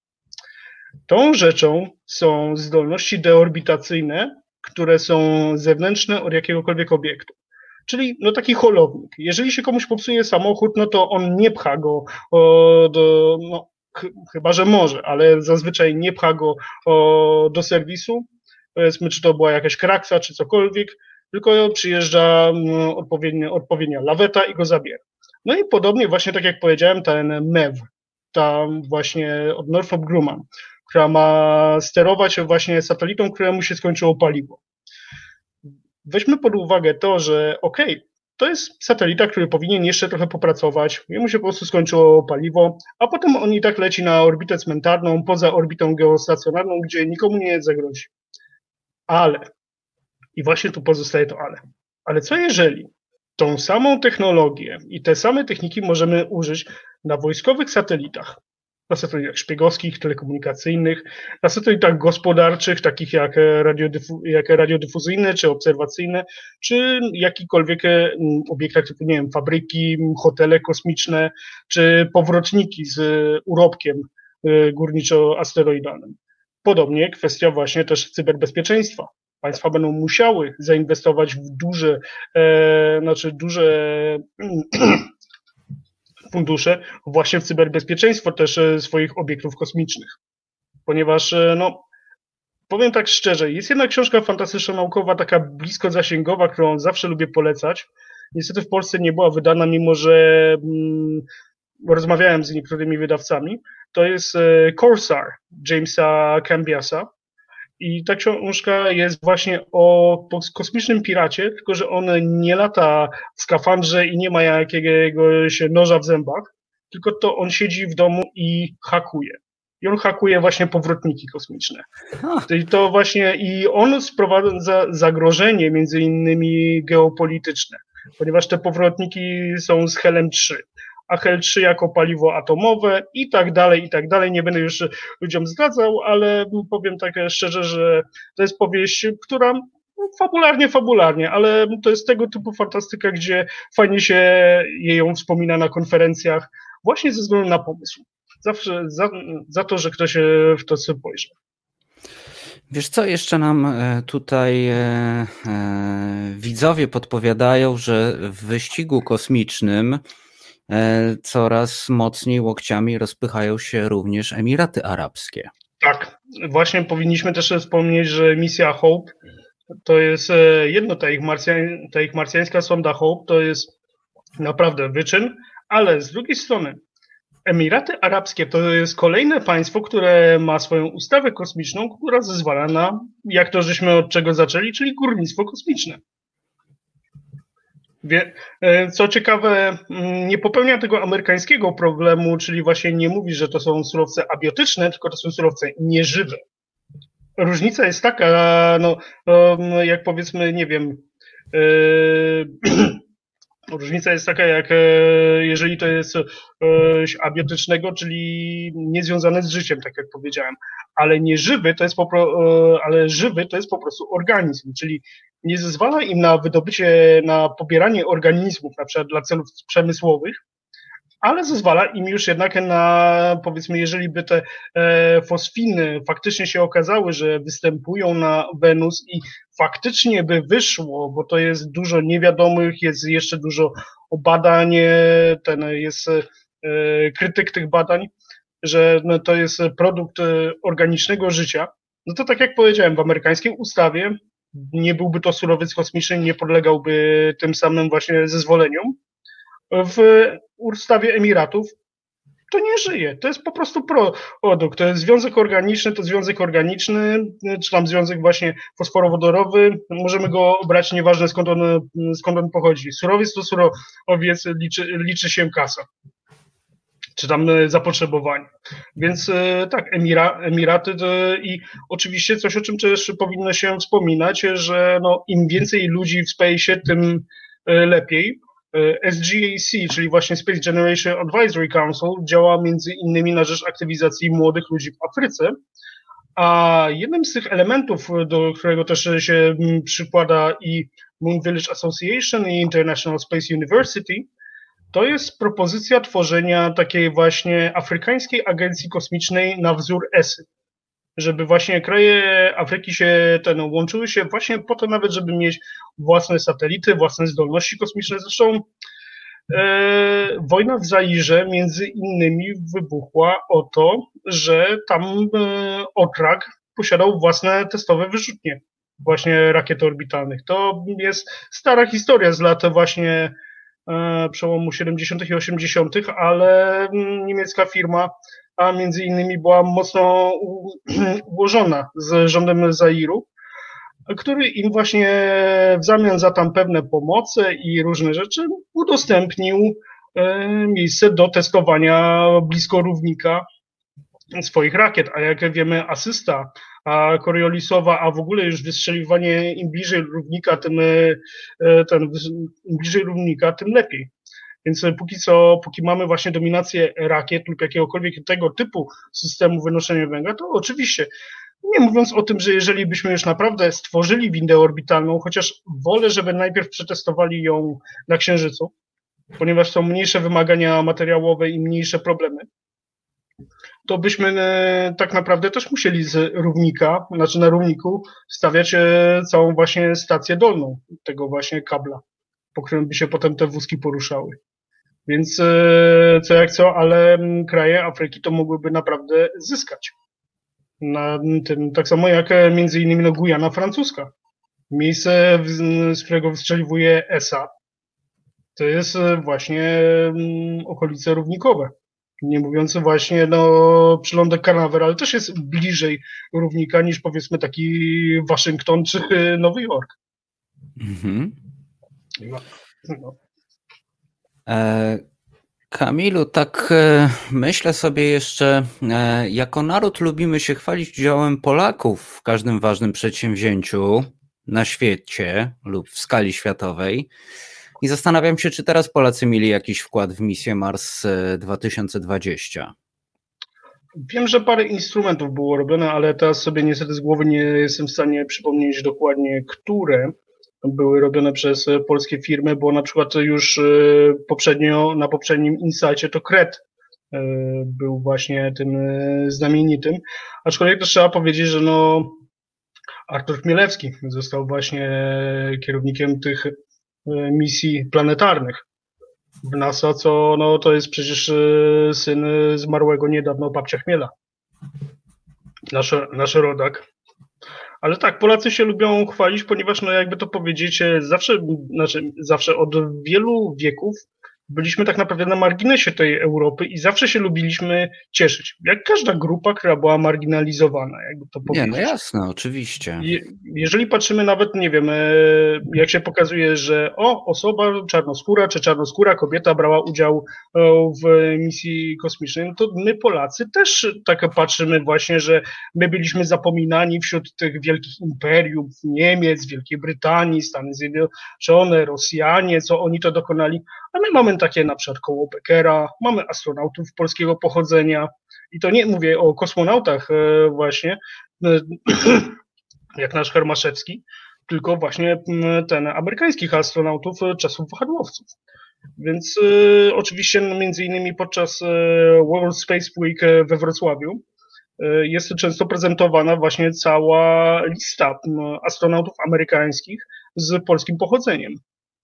Tą rzeczą są zdolności deorbitacyjne, które są zewnętrzne od jakiegokolwiek obiektu. Czyli no taki holownik. Jeżeli się komuś popsuje samochód, no to on nie pcha go o, do, no, ch chyba że może, ale zazwyczaj nie pcha go o, do serwisu, powiedzmy, czy to była jakaś kraksa, czy cokolwiek, tylko przyjeżdża no, odpowiednia, odpowiednia laweta i go zabiera. No i podobnie właśnie, tak jak powiedziałem, ten M E W, ta właśnie od Northrop Grumman, która ma sterować właśnie satelitą, któremu się skończyło paliwo. Weźmy pod uwagę to, że okej, okay, to jest satelita, który powinien jeszcze trochę popracować, jemu się po prostu skończyło paliwo, a potem on i tak leci na orbitę cmentarną, poza orbitą geostacjonarną, gdzie nikomu nie zagrozi. Ale, i właśnie tu pozostaje to ale, ale co jeżeli tą samą technologię i te same techniki możemy użyć na wojskowych satelitach, na satelitach szpiegowskich, telekomunikacyjnych, na satelitach gospodarczych, takich jak, radiodyfu, jak radiodyfuzyjne czy obserwacyjne, czy jakikolwiek obiektach typu, nie wiem, fabryki, hotele kosmiczne, czy powrotniki z urobkiem górniczo-asteroidalnym. Podobnie kwestia właśnie też cyberbezpieczeństwa. Państwa będą musiały zainwestować w duże, e, znaczy duże fundusze właśnie w cyberbezpieczeństwo też swoich obiektów kosmicznych. Ponieważ, no, powiem tak szczerze, jest jedna książka fantastyczno-naukowa, taka blisko zasięgowa, którą zawsze lubię polecać. Niestety w Polsce nie była wydana, mimo że mm, rozmawiałem z niektórymi wydawcami. To jest Corsair Jamesa Cambiasa. I ta książka jest właśnie o kosmicznym piracie, tylko że on nie lata w skafandrze i nie ma jakiegoś noża w zębach, tylko to on siedzi w domu i hakuje. I on hakuje właśnie powrotniki kosmiczne. I to właśnie, i on sprowadza zagrożenie między innymi geopolityczne, ponieważ te powrotniki są z helem trzy. A Hel trzy jako paliwo atomowe i tak dalej, i tak dalej. Nie będę już ludziom zdradzał, ale powiem tak szczerze, że to jest powieść, która fabularnie, fabularnie, ale to jest tego typu fantastyka, gdzie fajnie się jej ją wspomina na konferencjach, właśnie ze względu na pomysł. Zawsze za, za to, że ktoś w to spojrzy. Wiesz co, jeszcze nam tutaj e, e, widzowie podpowiadają, że w wyścigu kosmicznym coraz mocniej łokciami rozpychają się również Emiraty Arabskie. Tak, właśnie powinniśmy też wspomnieć, że misja Hope to jest jedno, ta ich, marsjan, ta ich marsjańska sonda Hope to jest naprawdę wyczyn, ale z drugiej strony Emiraty Arabskie to jest kolejne państwo, które ma swoją ustawę kosmiczną, która zezwala na, jak to żeśmy od czego zaczęli, czyli górnictwo kosmiczne. Co ciekawe, nie popełnia tego amerykańskiego problemu, czyli właśnie nie mówi, że to są surowce abiotyczne, tylko to są surowce nieżywe. różnica jest taka, no, no jak powiedzmy, nie wiem, yy, różnica jest taka, jak jeżeli to jest coś abiotycznego, czyli niezwiązane z życiem, tak jak powiedziałem, ale nie żywy, to jest po, ale żywy to jest po prostu organizm, czyli nie zezwala im na wydobycie, na pobieranie organizmów, na przykład dla celów przemysłowych, ale zezwala im już jednak na, powiedzmy, jeżeli by te e, fosfiny faktycznie się okazały, że występują na Wenus i faktycznie by wyszło, bo to jest dużo niewiadomych, jest jeszcze dużo badań, ten jest e, krytyk tych badań, że no, to jest produkt organicznego życia, no to tak jak powiedziałem, w amerykańskiej ustawie nie byłby to surowiec kosmiczny, nie podlegałby tym samym właśnie zezwoleniom. W ustawie Emiratów to nie żyje. To jest po prostu produkt. To jest związek organiczny, to związek organiczny, czy tam związek właśnie fosforowodorowy. Możemy go brać, nieważne skąd on, skąd on pochodzi. Surowiec to surowiec, liczy, liczy się kasa. Czy tam zapotrzebowanie. Więc tak, Emira, Emiraty to, i oczywiście coś, o czym też powinno się wspominać, że no, im więcej ludzi w space'ie, tym lepiej. S G A C, czyli właśnie Space Generation Advisory Council, działa między innymi na rzecz aktywizacji młodych ludzi w Afryce, a jednym z tych elementów, do którego też się przykłada i Moon Village Association i International Space University, to jest propozycja tworzenia takiej właśnie afrykańskiej agencji kosmicznej na wzór E S Y. Żeby właśnie kraje Afryki się ten, łączyły się właśnie po to nawet, żeby mieć własne satelity, własne zdolności kosmiczne. Zresztą e, wojna w Zairze między innymi wybuchła o to, że tam e, Otrak posiadał własne testowe wyrzutnie właśnie rakiet orbitalnych. To jest stara historia z lat właśnie e, przełomu siedemdziesiątych i osiemdziesiątych, ale niemiecka firma a między innymi była mocno ułożona z rządem Zairu, który im właśnie w zamian za tam pewne pomoce i różne rzeczy udostępnił miejsce do testowania blisko równika swoich rakiet. A jak wiemy, asysta, a Coriolisowa, a w ogóle już wystrzeliwanie im bliżej równika, tym, ten, im bliżej równika, tym lepiej. Więc póki co, póki mamy właśnie dominację rakiet lub jakiegokolwiek tego typu systemu wynoszenia węgla, to oczywiście, nie mówiąc o tym, że jeżeli byśmy już naprawdę stworzyli windę orbitalną, chociaż wolę, żeby najpierw przetestowali ją na Księżycu, ponieważ są mniejsze wymagania materiałowe i mniejsze problemy, to byśmy tak naprawdę też musieli z równika, znaczy na równiku stawiać całą właśnie stację dolną tego właśnie kabla, po którym by się potem te wózki poruszały. Więc co jak co, ale kraje Afryki to mogłyby naprawdę zyskać na tym, tak samo jak między innymi no, Gujana francuska. Miejsce, z którego wystrzeliwuje E S A, to jest właśnie okolice równikowe. Nie mówiąc właśnie, no, przylądek Canaveral też jest bliżej równika niż powiedzmy taki Waszyngton czy Nowy Jork. Mhm. No. No. E, Kamilu, tak e, myślę sobie jeszcze, e, jako naród lubimy się chwalić udziałem Polaków w każdym ważnym przedsięwzięciu na świecie lub w skali światowej i zastanawiam się, czy teraz Polacy mieli jakiś wkład w misję Mars dwa tysiące dwadzieścia. Wiem, że parę instrumentów było robione, ale teraz sobie niestety z głowy nie jestem w stanie przypomnieć dokładnie, które były robione przez polskie firmy, bo na przykład już poprzednio, na poprzednim Insightie to Kret był właśnie tym znamienitym. Aczkolwiek też trzeba powiedzieć, że no Artur Chmielewski został właśnie kierownikiem tych misji planetarnych w NASA, co no to jest przecież syn zmarłego niedawno babcia Chmiela. Nasz, nasz rodak. Ale tak, Polacy się lubią chwalić, ponieważ, no jakby to powiedzieć, zawsze, znaczy zawsze od wielu wieków byliśmy tak naprawdę na marginesie tej Europy i zawsze się lubiliśmy cieszyć. Jak każda grupa, która była marginalizowana, jakby to Nie, powiedzieć. no jasne, oczywiście. Je, jeżeli patrzymy nawet, nie wiem, e, jak się pokazuje, że o, osoba czarnoskóra czy czarnoskóra kobieta brała udział e, w misji kosmicznej, no to my Polacy też tak patrzymy właśnie, że my byliśmy zapominani wśród tych wielkich imperiów, Niemiec, Wielkiej Brytanii, Stany Zjednoczone, Rosjanie, co oni to dokonali, a my mamy takie na przykład koło Beckera, mamy astronautów polskiego pochodzenia i to nie mówię o kosmonautach e, właśnie, jak nasz Hermaszewski, tylko właśnie ten amerykańskich astronautów czasów wahadłowców. Więc y, oczywiście między innymi podczas y, World Space Week we Wrocławiu y, jest często prezentowana właśnie cała lista y, astronautów amerykańskich z polskim pochodzeniem.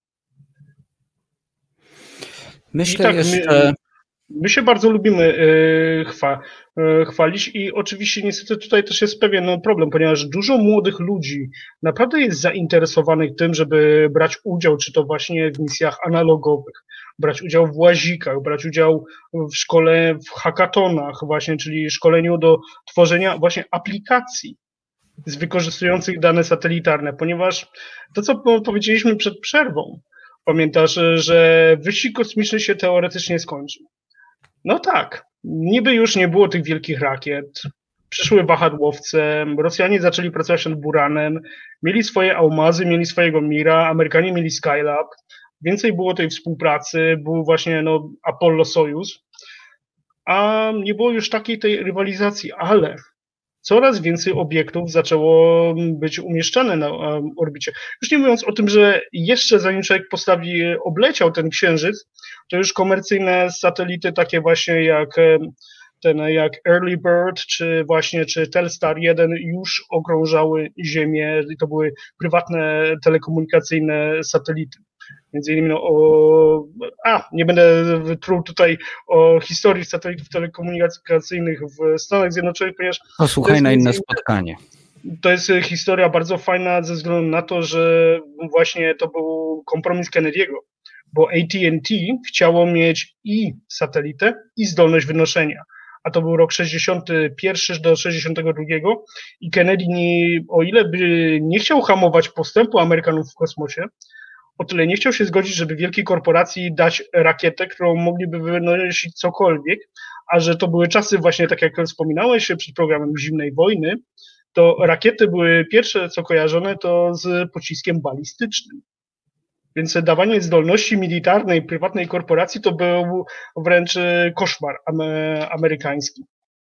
Myślę tak, jeszcze... My, My się bardzo lubimy y, chwa, y, chwalić i oczywiście niestety tutaj też jest pewien problem, ponieważ dużo młodych ludzi naprawdę jest zainteresowanych tym, żeby brać udział, czy to właśnie w misjach analogowych, brać udział w łazikach, brać udział w szkole, w hackathonach właśnie, czyli szkoleniu do tworzenia właśnie aplikacji z wykorzystujących dane satelitarne, ponieważ to, co powiedzieliśmy przed przerwą, pamiętasz, że wyścig kosmiczny się teoretycznie skończył. No tak, niby już nie było tych wielkich rakiet, przyszły wahadłowce, Rosjanie zaczęli pracować nad Buranem, mieli swoje Almazy, mieli swojego Mira, Amerykanie mieli Skylab, więcej było tej współpracy, był właśnie no, Apollo-Sojus, a nie było już takiej tej rywalizacji, ale coraz więcej obiektów zaczęło być umieszczane na orbicie. Już nie mówiąc o tym, że jeszcze zanim człowiek postawi, obleciał ten Księżyc, to już komercyjne satelity takie właśnie jak ten, jak Early Bird, czy właśnie, czy Telstar jeden już okrążały Ziemię i to były prywatne telekomunikacyjne satelity. Między innymi no, o, a, nie będę truł tutaj o historii satelitów telekomunikacyjnych w Stanach Zjednoczonych, ponieważ... Posłuchaj na inne spotkanie. To jest historia bardzo fajna ze względu na to, że właśnie to był kompromis Kennedy'ego, bo A T and T chciało mieć i satelitę, i zdolność wynoszenia. A to był rok sześćdziesiąty pierwszy do sześćdziesiątego drugiego i Kennedy, nie, o ile by nie chciał hamować postępu Amerykanów w kosmosie, o tyle nie chciał się zgodzić, żeby wielkiej korporacji dać rakietę, którą mogliby wynosić cokolwiek, a że to były czasy właśnie, tak jak wspominałeś, przed programem zimnej wojny, to rakiety były pierwsze, co kojarzone, to z pociskiem balistycznym. Więc dawanie zdolności militarnej prywatnej korporacji to był wręcz koszmar amerykański.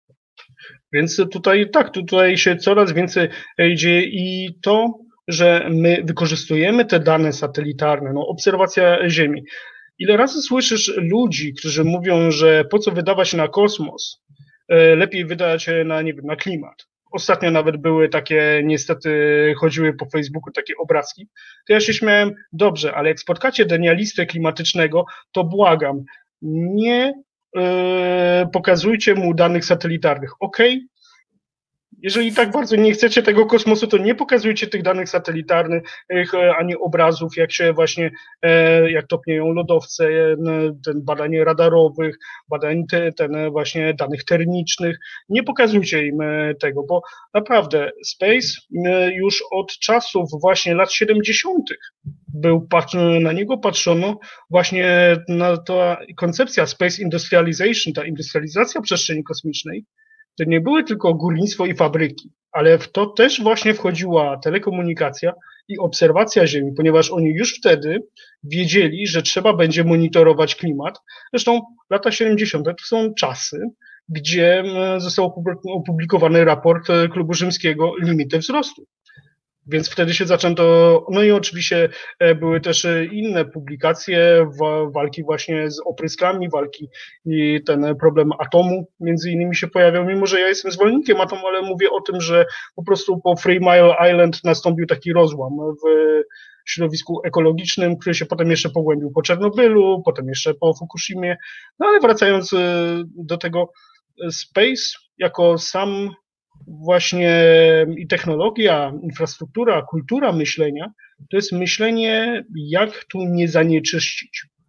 Więc tutaj tak, tutaj się coraz więcej dzieje i to, że my wykorzystujemy te dane satelitarne, no obserwacja Ziemi. Ile razy słyszysz ludzi, którzy mówią, że po co wydawać na kosmos, lepiej wydać na, nie wiem, na klimat. Ostatnio nawet były takie, niestety chodziły po Facebooku takie obrazki. To ja się śmiałem, dobrze, ale jak spotkacie denialistę klimatycznego, to błagam, nie yy, pokazujcie mu danych satelitarnych, okej? Okay? Jeżeli tak bardzo nie chcecie tego kosmosu, to nie pokazujcie tych danych satelitarnych, ani obrazów, jak się właśnie, jak topnieją lodowce, ten badań radarowych, badań te, ten właśnie danych termicznych. Nie pokazujcie im tego, bo naprawdę Space już od czasów właśnie lat siedemdziesiątych był, na niego patrzono właśnie na ta koncepcja Space Industrialization, ta industrializacja przestrzeni kosmicznej. To nie były tylko górnictwo i fabryki, ale w to też właśnie wchodziła telekomunikacja i obserwacja Ziemi, ponieważ oni już wtedy wiedzieli, że trzeba będzie monitorować klimat. Zresztą lata siedemdziesiąte to są czasy, gdzie został opublikowany raport Klubu Rzymskiego Limity wzrostu. Więc wtedy się zaczęto, no i oczywiście były też inne publikacje, walki właśnie z opryskami, walki i ten problem atomu między innymi się pojawiał, mimo że ja jestem zwolennikiem atomu, ale mówię o tym, że po prostu po Three Mile Island nastąpił taki rozłam w środowisku ekologicznym, który się potem jeszcze pogłębił po Czernobylu, potem jeszcze po Fukushimie, no ale wracając do tego, Space jako sam właśnie i technologia, infrastruktura, kultura myślenia, to jest myślenie, jak tu nie zanieczyścić.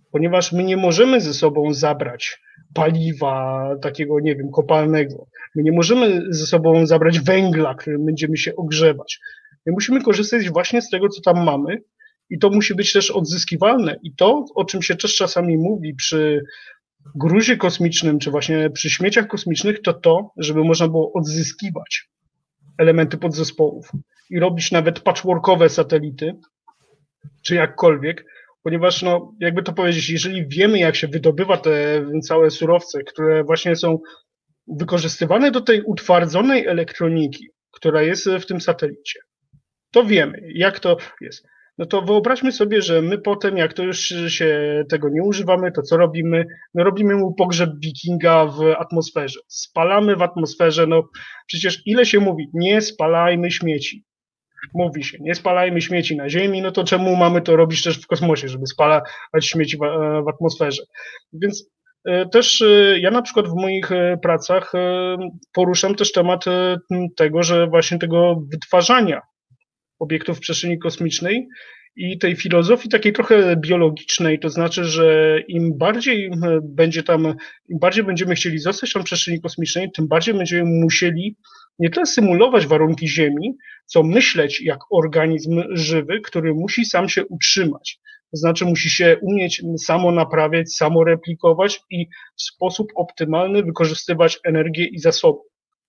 ponieważ my nie możemy ze sobą zabrać paliwa takiego, nie wiem, kopalnego. My nie możemy ze sobą zabrać węgla, którym będziemy się ogrzewać. My musimy korzystać właśnie z tego, co tam mamy i to musi być też odzyskiwalne. I to, o czym się też czasami mówi przy gruzie kosmicznym, czy właśnie przy śmieciach kosmicznych, to to, żeby można było odzyskiwać elementy podzespołów i robić nawet patchworkowe satelity, czy jakkolwiek, ponieważ, no, jakby to powiedzieć, jeżeli wiemy, jak się wydobywa te całe surowce, które właśnie są wykorzystywane do tej utwardzonej elektroniki, która jest w tym satelicie, to wiemy, jak to jest. No to wyobraźmy sobie, że my potem, jak to już się tego nie używamy, to co robimy? No robimy mu pogrzeb wikinga w atmosferze. Spalamy w atmosferze, no przecież ile się mówi, nie spalajmy śmieci. Mówi się, nie spalajmy śmieci na Ziemi, no to czemu mamy to robić też w kosmosie, żeby spalać śmieci w, w atmosferze? Więc też ja na przykład w moich pracach poruszam też temat tego, że właśnie tego wytwarzania obiektów w przestrzeni kosmicznej i tej filozofii takiej trochę biologicznej, to znaczy, że im bardziej będzie tam, im bardziej będziemy chcieli zostać tam w przestrzeni kosmicznej, tym bardziej będziemy musieli nie tyle symulować warunki Ziemi, co myśleć jak organizm żywy, który musi sam się utrzymać. To znaczy musi się umieć samo naprawiać, samo replikować i w sposób optymalny wykorzystywać energię i zasoby.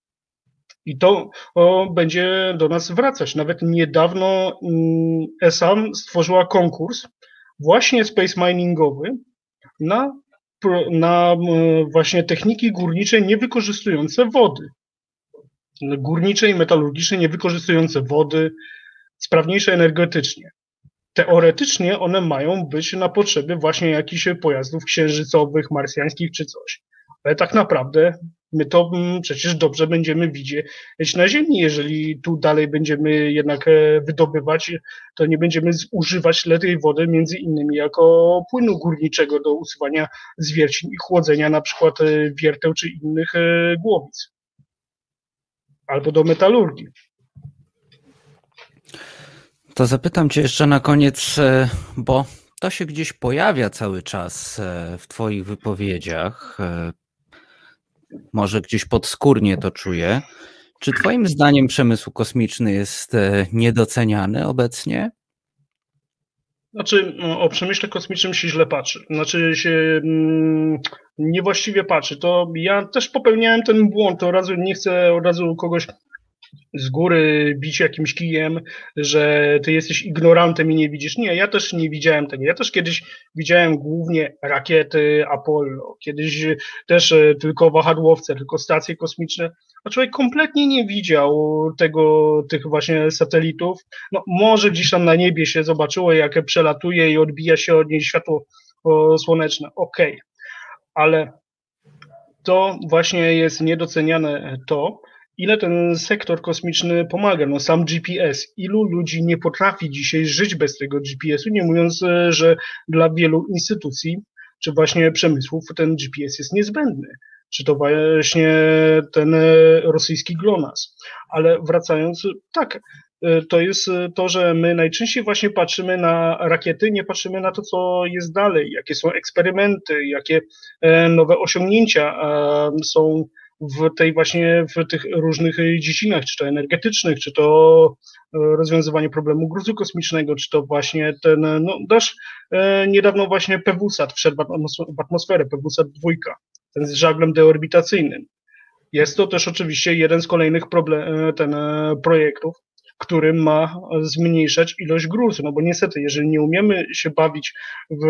I to o, będzie do nas wracać. Nawet niedawno mm, E S A stworzyła konkurs właśnie space miningowy na, na właśnie techniki górnicze niewykorzystujące wody. Górnicze i metalurgiczne niewykorzystujące wody, sprawniejsze energetycznie. Teoretycznie one mają być na potrzeby właśnie jakichś pojazdów księżycowych, marsjańskich czy coś. Ale tak naprawdę my to przecież dobrze będziemy widzieć na Ziemi. Jeżeli tu dalej będziemy jednak wydobywać, to nie będziemy zużywać tej wody między innymi jako płynu górniczego do usuwania zwiercin i chłodzenia na przykład wierteł czy innych głowic. Albo do metalurgii. To zapytam cię jeszcze na koniec, bo to się gdzieś pojawia cały czas w twoich wypowiedziach. Może gdzieś podskórnie to czuję. Czy twoim zdaniem przemysł kosmiczny jest niedoceniany obecnie? Znaczy, no, o przemyśle kosmicznym się źle patrzy. Znaczy się mm, niewłaściwie patrzy. To ja też popełniałem ten błąd. To od razu nie chcę od razu kogoś z góry bić jakimś kijem, że ty jesteś ignorantem i nie widzisz. Nie, ja też nie widziałem tego. Ja też kiedyś widziałem głównie rakiety Apollo, kiedyś też tylko wahadłowce, tylko stacje kosmiczne, a człowiek kompletnie nie widział tego, tych właśnie satelitów. No może gdzieś tam na niebie się zobaczyło, jak przelatuje i odbija się od niej światło słoneczne. Okej, okay. Ale to właśnie jest niedoceniane to, ile ten sektor kosmiczny pomaga. No sam G P S. Ilu ludzi nie potrafi dzisiaj żyć bez tego G P S-u, nie mówiąc, że dla wielu instytucji czy właśnie przemysłów ten G P S jest niezbędny. Czy to właśnie ten rosyjski GLONASS. Ale wracając, tak, to jest to, że my najczęściej właśnie patrzymy na rakiety, nie patrzymy na to, co jest dalej, jakie są eksperymenty, jakie nowe osiągnięcia są w tej właśnie, w tych różnych dziedzinach, czy to energetycznych, czy to rozwiązywanie problemu gruzu kosmicznego, czy to właśnie ten, no też e, niedawno właśnie PeWuSat wszedł w atmosferę, PeWuSat dwa, ten z żaglem deorbitacyjnym. Jest to też oczywiście jeden z kolejnych problem, ten projektów, który ma zmniejszać ilość gruzu, no bo niestety, jeżeli nie umiemy się bawić w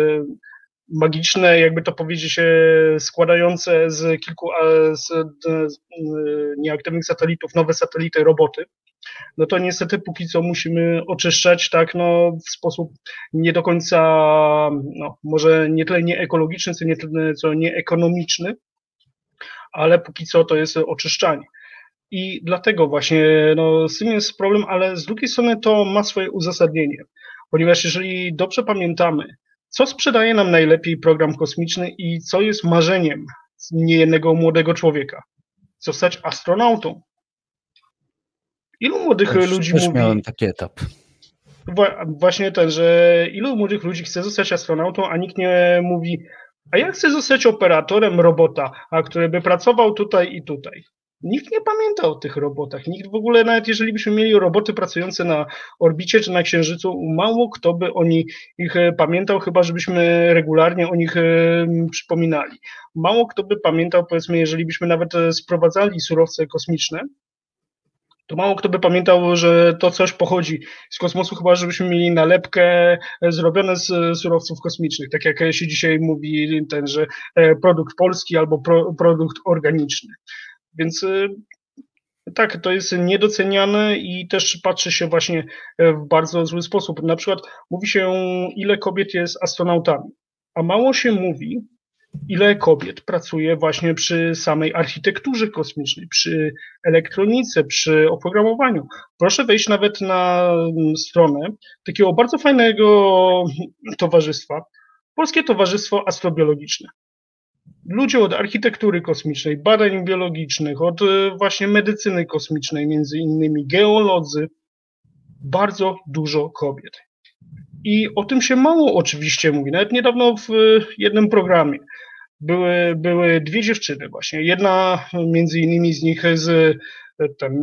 magiczne, jakby to powiedzieć, składające z kilku z, z nieaktywnych satelitów, nowe satelity, roboty, no to niestety póki co musimy oczyszczać tak no w sposób nie do końca, no może nie tyle nieekologiczny, co nie tyle co nieekonomiczny, ale póki co to jest oczyszczanie. I dlatego właśnie no, z tym jest problem, ale z drugiej strony to ma swoje uzasadnienie, ponieważ jeżeli dobrze pamiętamy, co sprzedaje nam najlepiej program kosmiczny i co jest marzeniem niejednego młodego człowieka? Zostać astronautą. Ilu młodych też, ludzi też mówi... miałem taki etap. Właśnie ten, że ilu młodych ludzi chce zostać astronautą, a nikt nie mówi, a ja chcę zostać operatorem robota, a który by pracował tutaj i tutaj. Nikt nie pamięta o tych robotach. Nikt w ogóle, nawet jeżeli byśmy mieli roboty pracujące na orbicie czy na Księżycu, mało kto by o nich ich pamiętał, chyba żebyśmy regularnie o nich przypominali. Mało kto by pamiętał, powiedzmy, jeżeli byśmy nawet sprowadzali surowce kosmiczne, to mało kto by pamiętał, że to coś pochodzi z kosmosu, chyba żebyśmy mieli nalepkę zrobione z surowców kosmicznych, tak jak się dzisiaj mówi, ten, że produkt polski albo pro, produkt organiczny. Więc tak, to jest niedoceniane i też patrzy się właśnie w bardzo zły sposób. Na przykład mówi się, ile kobiet jest astronautami, a mało się mówi, ile kobiet pracuje właśnie przy samej architekturze kosmicznej, przy elektronice, przy oprogramowaniu. Proszę wejść nawet na stronę takiego bardzo fajnego towarzystwa, Polskie Towarzystwo Astrobiologiczne. Ludzie od architektury kosmicznej, badań biologicznych, od właśnie medycyny kosmicznej, między innymi geolodzy, bardzo dużo kobiet. I o tym się mało oczywiście mówi. Nawet niedawno w jednym programie były, były dwie dziewczyny właśnie. Jedna między innymi z nich z ten,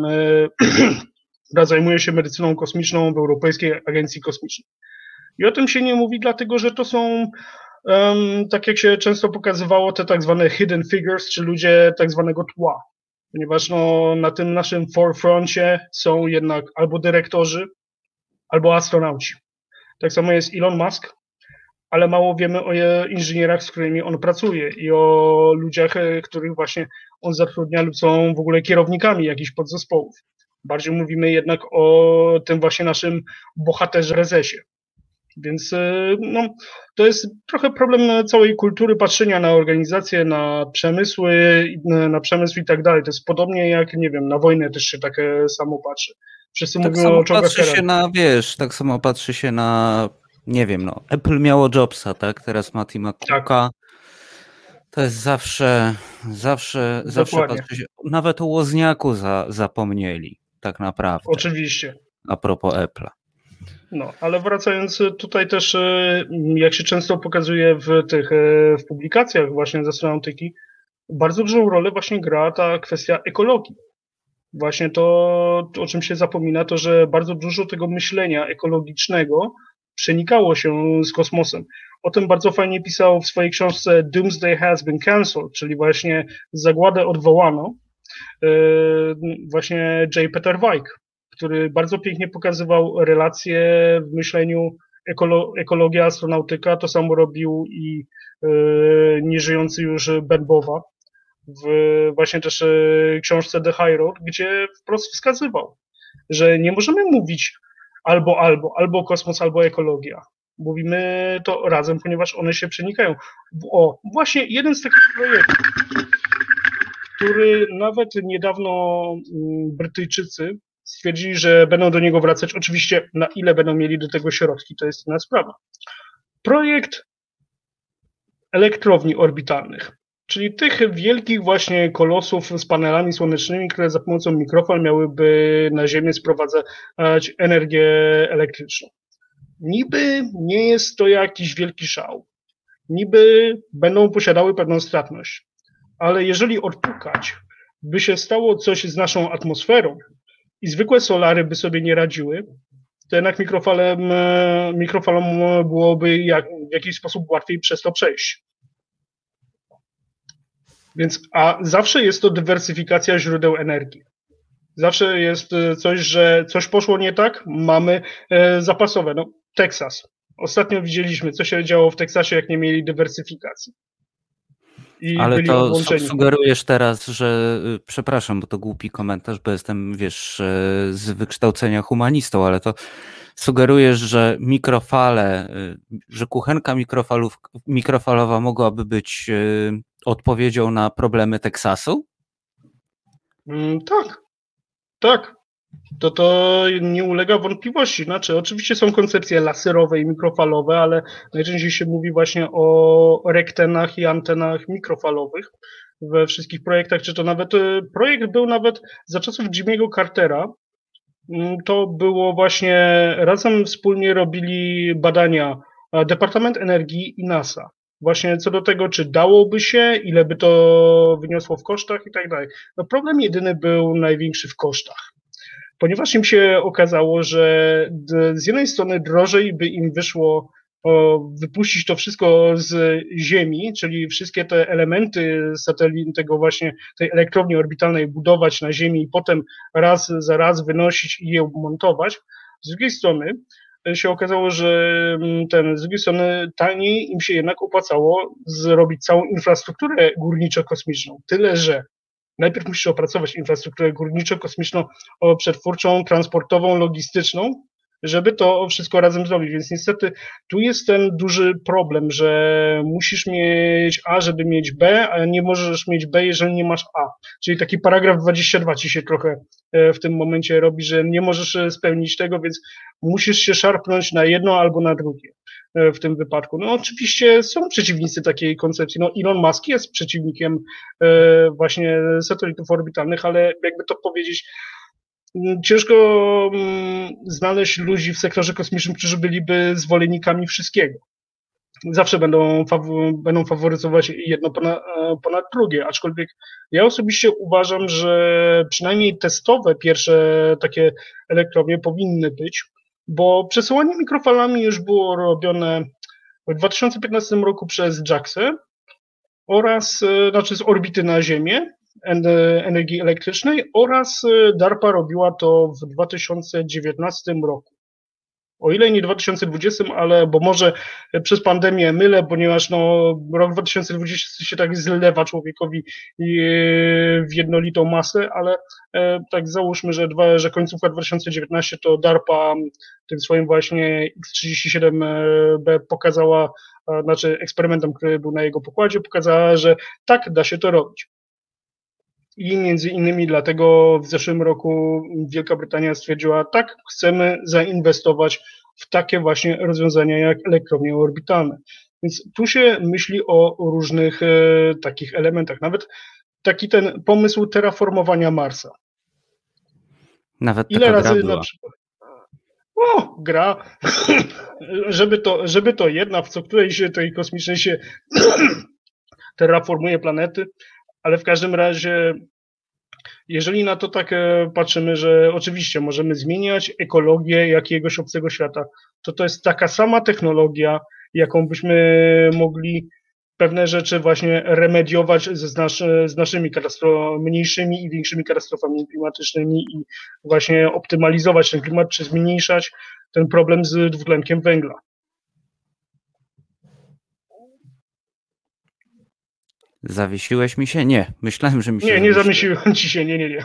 która zajmuje się medycyną kosmiczną w Europejskiej Agencji Kosmicznej. I o tym się nie mówi, dlatego że to są Um, tak jak się często pokazywało, te tak zwane hidden figures, czy ludzie tak zwanego tła. Ponieważ no, na tym naszym forefroncie są jednak albo dyrektorzy, albo astronauci. Tak samo jest Elon Musk, ale mało wiemy o inżynierach, z którymi on pracuje i o ludziach, których właśnie on zatrudnia lub są w ogóle kierownikami jakichś podzespołów. Bardziej mówimy jednak o tym właśnie naszym bohaterze Rezesie. Więc no, to jest trochę problem całej kultury patrzenia na organizacje, na przemysły, na przemysł i tak dalej. To jest podobnie jak, nie wiem, na wojnę też się tak samo patrzy. Wszyscy tak mówią samo o czołgach patrzy się na, wiesz, tak samo patrzy się na, nie wiem, no, Apple miało Jobsa, tak? Teraz ma Tima Cooka. Tak. To jest zawsze, zawsze, zawsze patrzy się, nawet o Łozniaku za, zapomnieli, tak naprawdę. Oczywiście. A propos Apple'a. No, ale wracając tutaj też, jak się często pokazuje w tych w publikacjach właśnie z astronautyki, bardzo dużą rolę właśnie gra ta kwestia ekologii. Właśnie to, o czym się zapomina, to że bardzo dużo tego myślenia ekologicznego przenikało się z kosmosem. O tym bardzo fajnie pisał w swojej książce Doomsday Has Been Cancelled, czyli właśnie Zagładę odwołano, właśnie J. Peter Weik, który bardzo pięknie pokazywał relacje w myśleniu ekolo- ekologia, astronautyka. To samo robił i yy, nieżyjący już Ben Bowa w właśnie też yy, książce The High Road, gdzie wprost wskazywał, że nie możemy mówić albo, albo, albo kosmos, albo ekologia. Mówimy to razem, ponieważ one się przenikają. O, właśnie jeden z takich projektów, który nawet niedawno yy, Brytyjczycy stwierdzili, że będą do niego wracać. Oczywiście na ile będą mieli do tego środki, to jest inna sprawa. Projekt elektrowni orbitalnych, czyli tych wielkich właśnie kolosów z panelami słonecznymi, które za pomocą mikrofal miałyby na Ziemię sprowadzać energię elektryczną. Niby nie jest to jakiś wielki szał. Niby będą posiadały pewną stratność. Ale jeżeli odpukać, by się stało coś z naszą atmosferą, i zwykłe solary by sobie nie radziły, to jednak mikrofalem, mikrofalom byłoby jak, w jakiś sposób łatwiej przez to przejść. Więc, a zawsze jest to dywersyfikacja źródeł energii. Zawsze jest coś, że coś poszło nie tak, mamy e, zapasowe. No, Teksas. Ostatnio widzieliśmy, co się działo w Teksasie, jak nie mieli dywersyfikacji. I ale byli to odłączeni. Sugerujesz teraz, że, przepraszam, bo to głupi komentarz, bo jestem, wiesz, z wykształcenia humanistą, ale to sugerujesz, że mikrofale, że kuchenka mikrofalów, mikrofalowa mogłaby być odpowiedzią na problemy Teksasu? Mm, tak, tak. To to nie ulega wątpliwości. Znaczy, oczywiście są koncepcje laserowe i mikrofalowe, ale najczęściej się mówi właśnie o rektenach i antenach mikrofalowych we wszystkich projektach. Czy to nawet projekt był nawet za czasów Jimmy'ego Cartera, to było właśnie, razem wspólnie robili badania Departament Energii i NASA. Właśnie co do tego, czy dałoby się, ile by to wyniosło w kosztach i tak dalej. No problem jedyny był największy w kosztach. Ponieważ im się okazało, że z jednej strony drożej by im wyszło wypuścić to wszystko z Ziemi, czyli wszystkie te elementy satelit, tego właśnie tej elektrowni orbitalnej budować na Ziemi i potem raz za raz wynosić i je montować. Z drugiej strony się okazało, że ten, z drugiej strony taniej im się jednak opłacało zrobić całą infrastrukturę górniczo-kosmiczną. Tyle, że najpierw musisz opracować infrastrukturę górniczo-kosmiczną, przetwórczą, transportową, logistyczną, żeby to wszystko razem zrobić. Więc niestety tu jest ten duży problem, że musisz mieć A, żeby mieć B, a nie możesz mieć B, jeżeli nie masz A. Czyli taki paragraf dwadzieścia dwa ci się trochę w tym momencie robi, że nie możesz spełnić tego, więc musisz się szarpnąć na jedno albo na drugie w tym wypadku. No oczywiście są przeciwnicy takiej koncepcji. No Elon Musk jest przeciwnikiem właśnie satelitów orbitalnych, ale jakby to powiedzieć, ciężko znaleźć ludzi w sektorze kosmicznym, którzy byliby zwolennikami wszystkiego. Zawsze będą, faw- będą faworyzować jedno ponad, ponad drugie, aczkolwiek ja osobiście uważam, że przynajmniej testowe pierwsze takie elektrownie powinny być, bo przesyłanie mikrofalami już było robione w dwa tysiące piętnastym roku przez JAXę oraz, znaczy z orbity na Ziemię, energii elektrycznej, oraz DARPA robiła to w dwa tysiące dziewiętnastym roku. O ile nie dwa tysiące dwudziestym, ale bo może przez pandemię mylę, ponieważ no, rok dwa tysiące dwudziesty się tak zlewa człowiekowi w jednolitą masę, ale tak załóżmy, że, dwa, że końcówka dwa tysiące dziewiętnasty to DARPA tym swoim właśnie X trzydzieści siedem B pokazała, znaczy eksperymentem, który był na jego pokładzie, pokazała, że tak, da się to robić. I między innymi dlatego w zeszłym roku Wielka Brytania stwierdziła, tak, chcemy zainwestować w takie właśnie rozwiązania jak elektrownie orbitalne. Więc tu się myśli o różnych e, takich elementach, nawet taki ten pomysł terraformowania Marsa. Nawet Ile taka razy gra była. na przykład? O, gra, żeby to, żeby to jedna, w co którejś tej kosmicznej się terraformuje planety, ale w każdym razie, jeżeli na to tak patrzymy, że oczywiście możemy zmieniać ekologię jakiegoś obcego świata, to to jest taka sama technologia, jaką byśmy mogli pewne rzeczy właśnie remediować z, nasz, z naszymi katastrofami, mniejszymi i większymi katastrofami klimatycznymi i właśnie optymalizować ten klimat, czy zmniejszać ten problem z dwutlenkiem węgla. Zawiesiłeś mi się? Nie, myślałem, że mi się Nie, nie zawiesiłeś. zamyśliłem ci się, nie, nie, nie.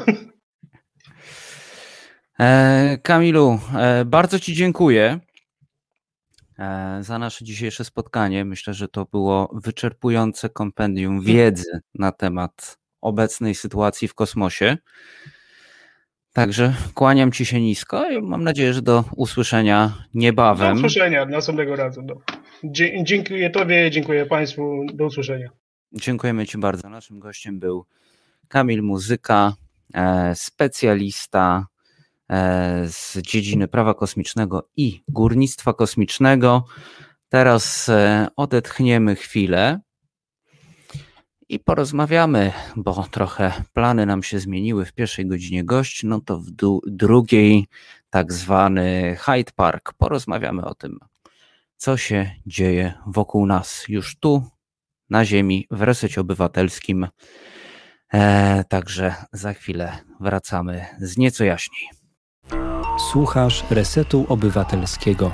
E, Kamilu, e, bardzo Ci dziękuję e, za nasze dzisiejsze spotkanie. Myślę, że to było wyczerpujące kompendium wiedzy na temat obecnej sytuacji w kosmosie. Także kłaniam Ci się nisko i mam nadzieję, że do usłyszenia niebawem. Do usłyszenia następnego razu. Dzie- dziękuję Tobie, dziękuję Państwu. Do usłyszenia. Dziękujemy Ci bardzo. Naszym gościem był Kamil Muzyka, e, specjalista e, z dziedziny prawa kosmicznego i górnictwa kosmicznego. Teraz e, odetchniemy chwilę i porozmawiamy, bo trochę plany nam się zmieniły. W pierwszej godzinie gość, no to w du- drugiej tak zwany Hyde Park. Porozmawiamy o tym, co się dzieje wokół nas już tu, na ziemi, w Resecie Obywatelskim. E, także za chwilę wracamy z nieco jaśniej. Słuchasz Resetu Obywatelskiego.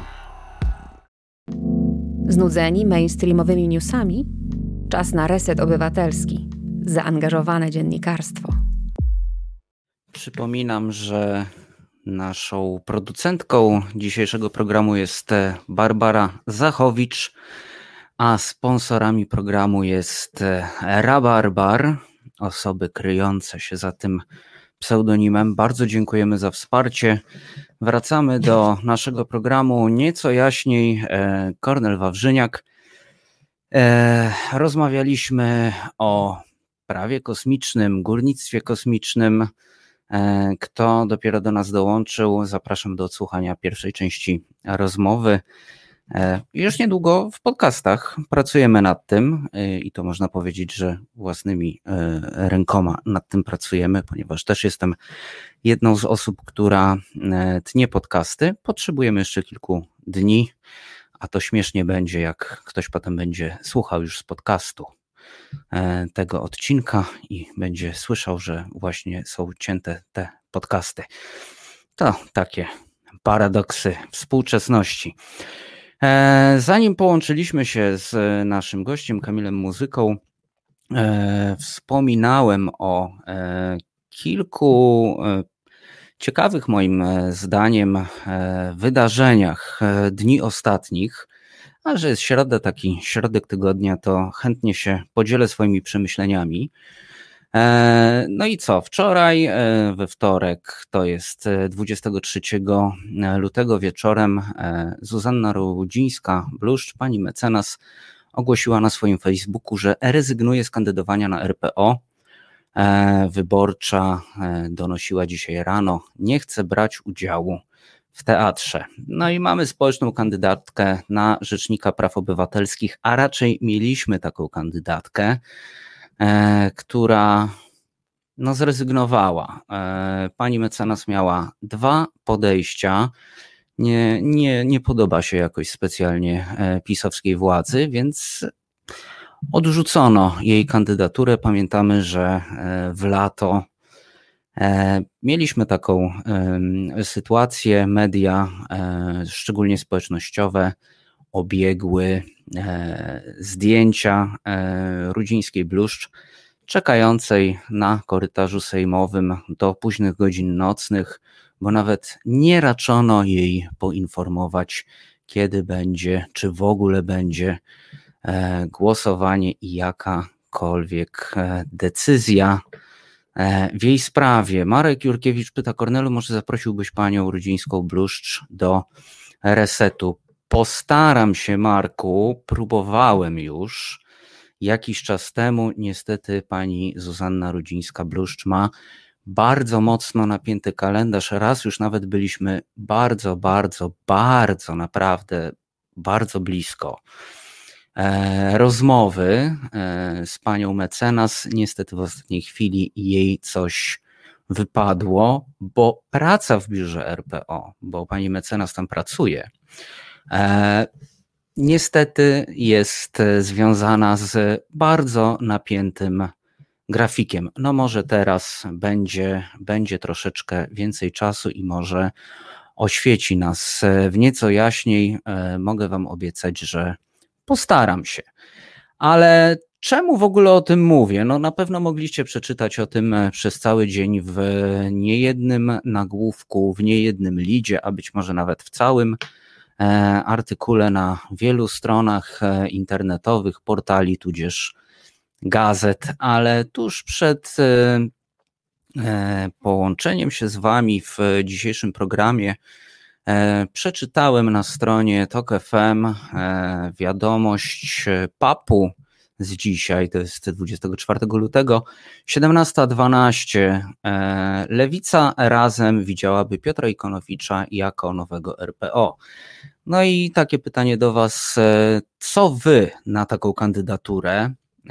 Znudzeni mainstreamowymi newsami? Czas na Reset Obywatelski. Zaangażowane dziennikarstwo. Przypominam, że naszą producentką dzisiejszego programu jest Barbara Zachowicz, a sponsorami programu jest Rabarbar, osoby kryjące się za tym pseudonimem. Bardzo dziękujemy za wsparcie. Wracamy do naszego programu nieco jaśniej. Kornel Wawrzyniak. Rozmawialiśmy o prawie kosmicznym, górnictwie kosmicznym. Kto dopiero do nas dołączył, zapraszam do odsłuchania pierwszej części rozmowy. Już niedługo w podcastach pracujemy nad tym i to można powiedzieć, że własnymi rękoma nad tym pracujemy, ponieważ też jestem jedną z osób, która tnie podcasty. Potrzebujemy jeszcze kilku dni, a to śmiesznie będzie, jak ktoś potem będzie słuchał już z podcastu tego odcinka i będzie słyszał, że właśnie są cięte te podcasty. To takie paradoksy współczesności. Zanim połączyliśmy się z naszym gościem Kamilem Muzyką, wspominałem o kilku ciekawych moim zdaniem wydarzeniach dni ostatnich, a że jest środa, taki środek tygodnia, to chętnie się podzielę swoimi przemyśleniami. No i co? Wczoraj, we wtorek, to jest dwudziestego trzeciego lutego wieczorem, Zuzanna Rudzińska-Bluszcz, pani mecenas, ogłosiła na swoim Facebooku, że rezygnuje z kandydowania na R P O. Wyborcza donosiła dzisiaj rano, nie chce brać udziału w teatrze. No i mamy społeczną kandydatkę na Rzecznika Praw Obywatelskich, a raczej mieliśmy taką kandydatkę, e, która no zrezygnowała. E, pani mecenas miała dwa podejścia, nie, nie, nie podoba się jakoś specjalnie pisowskiej władzy, więc odrzucono jej kandydaturę. Pamiętamy, że w lato mieliśmy taką sytuację, media, szczególnie społecznościowe, obiegły zdjęcia Rudzińskiej-Bluszcz czekającej na korytarzu sejmowym do późnych godzin nocnych, bo nawet nie raczono jej poinformować, kiedy będzie, czy w ogóle będzie głosowanie i jakakolwiek decyzja w jej sprawie. Marek Jurkiewicz pyta: Kornelu, może zaprosiłbyś panią Rudzińską-Bluszcz do resetu? Postaram się, Marku, próbowałem już jakiś czas temu. Niestety pani Zuzanna Rudzińska-Bluszcz ma bardzo mocno napięty kalendarz. Raz już nawet byliśmy bardzo, bardzo, bardzo, naprawdę bardzo blisko rozmowy z panią mecenas. Niestety w ostatniej chwili jej coś wypadło, bo praca w biurze R P O, bo pani mecenas tam pracuje, niestety jest związana z bardzo napiętym grafikiem. No może teraz będzie, będzie troszeczkę więcej czasu i może oświeci nas w nieco jaśniej. Mogę wam obiecać, że postaram się. Ale czemu w ogóle o tym mówię? No na pewno mogliście przeczytać o tym przez cały dzień w niejednym nagłówku, w niejednym lidzie, a być może nawet w całym artykule na wielu stronach internetowych, portali, tudzież gazet, ale tuż przed połączeniem się z wami w dzisiejszym programie przeczytałem na stronie Tok F M wiadomość papu z dzisiaj, to jest dwudziestego czwartego lutego, siedemnasta dwanaście. Lewica razem widziałaby Piotra Ikonowicza jako nowego R P O. No i takie pytanie do was, co wy na taką kandydaturę?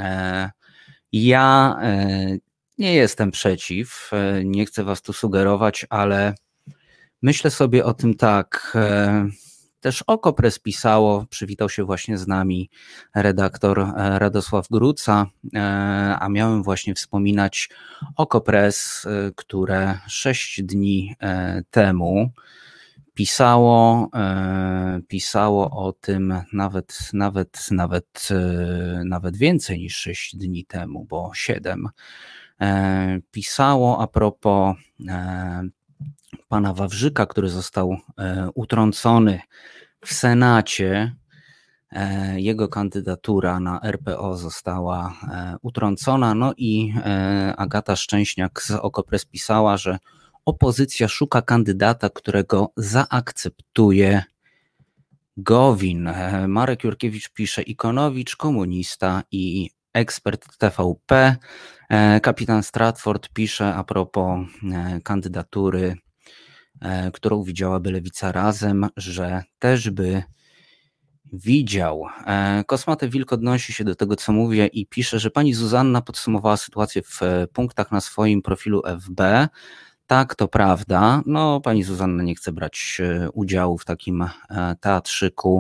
Ja nie jestem przeciw, nie chcę was tu sugerować, ale myślę sobie o tym tak. Też Okopres pisało, przywitał się właśnie z nami redaktor Radosław Gruca, a miałem właśnie wspominać Okopres, które sześć dni temu pisało, pisało o tym nawet, nawet, nawet, nawet więcej niż sześć dni temu, bo siedem. Pisało a propos pana Wawrzyka, który został utrącony w Senacie. Jego kandydatura na R P O została utrącona, no i Agata Szczęśniak z Okopres pisała, że opozycja szuka kandydata, którego zaakceptuje Gowin. Marek Jurkiewicz pisze: Ikonowicz, komunista i ekspert T V P. Kapitan Stratford pisze a propos kandydatury, którą widziałaby Lewica Razem, że też by widział. Kosmaty Wilk odnosi się do tego, co mówię i pisze, że pani Zuzanna podsumowała sytuację w punktach na swoim profilu F B. Tak, to prawda. No, pani Zuzanna nie chce brać udziału w takim teatrzyku.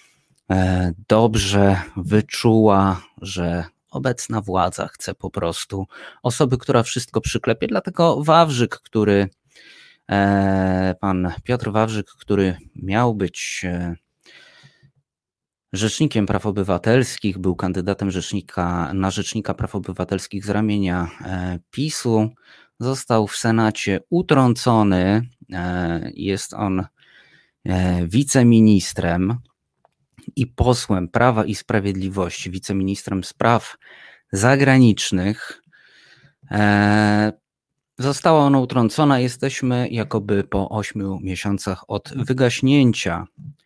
Dobrze wyczuła, że obecna władza chce po prostu osoby, która wszystko przyklepie. Dlatego Wawrzyk, który, pan Piotr Wawrzyk, który miał być rzecznikiem praw obywatelskich, był kandydatem rzecznika, na rzecznika praw obywatelskich z ramienia PiSu, został w Senacie utrącony. Jest on wiceministrem i posłem Prawa i Sprawiedliwości, wiceministrem spraw zagranicznych. Została ona utrącona. Jesteśmy jakoby po ośmiu miesiącach od wygaśnięcia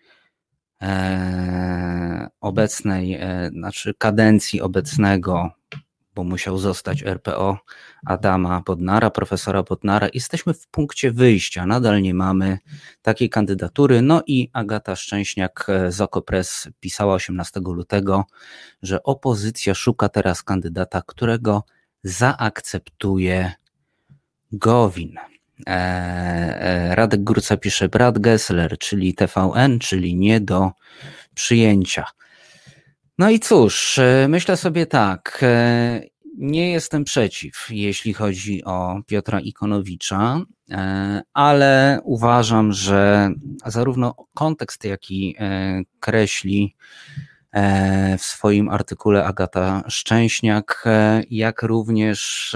obecnej, znaczy kadencji obecnego, bo musiał zostać R P O, Adama Bodnara, profesora Bodnara. Jesteśmy w punkcie wyjścia, nadal nie mamy takiej kandydatury. No i Agata Szczęśniak z Okopres pisała osiemnastego lutego, że opozycja szuka teraz kandydata, którego zaakceptuje Gowin. Radek Górca pisze brat Gessler, czyli T V N, czyli nie do przyjęcia. No i cóż, myślę sobie tak, nie jestem przeciw, jeśli chodzi o Piotra Ikonowicza, ale uważam, że zarówno kontekst, jaki kreśli w swoim artykule Agata Szczęśniak, jak również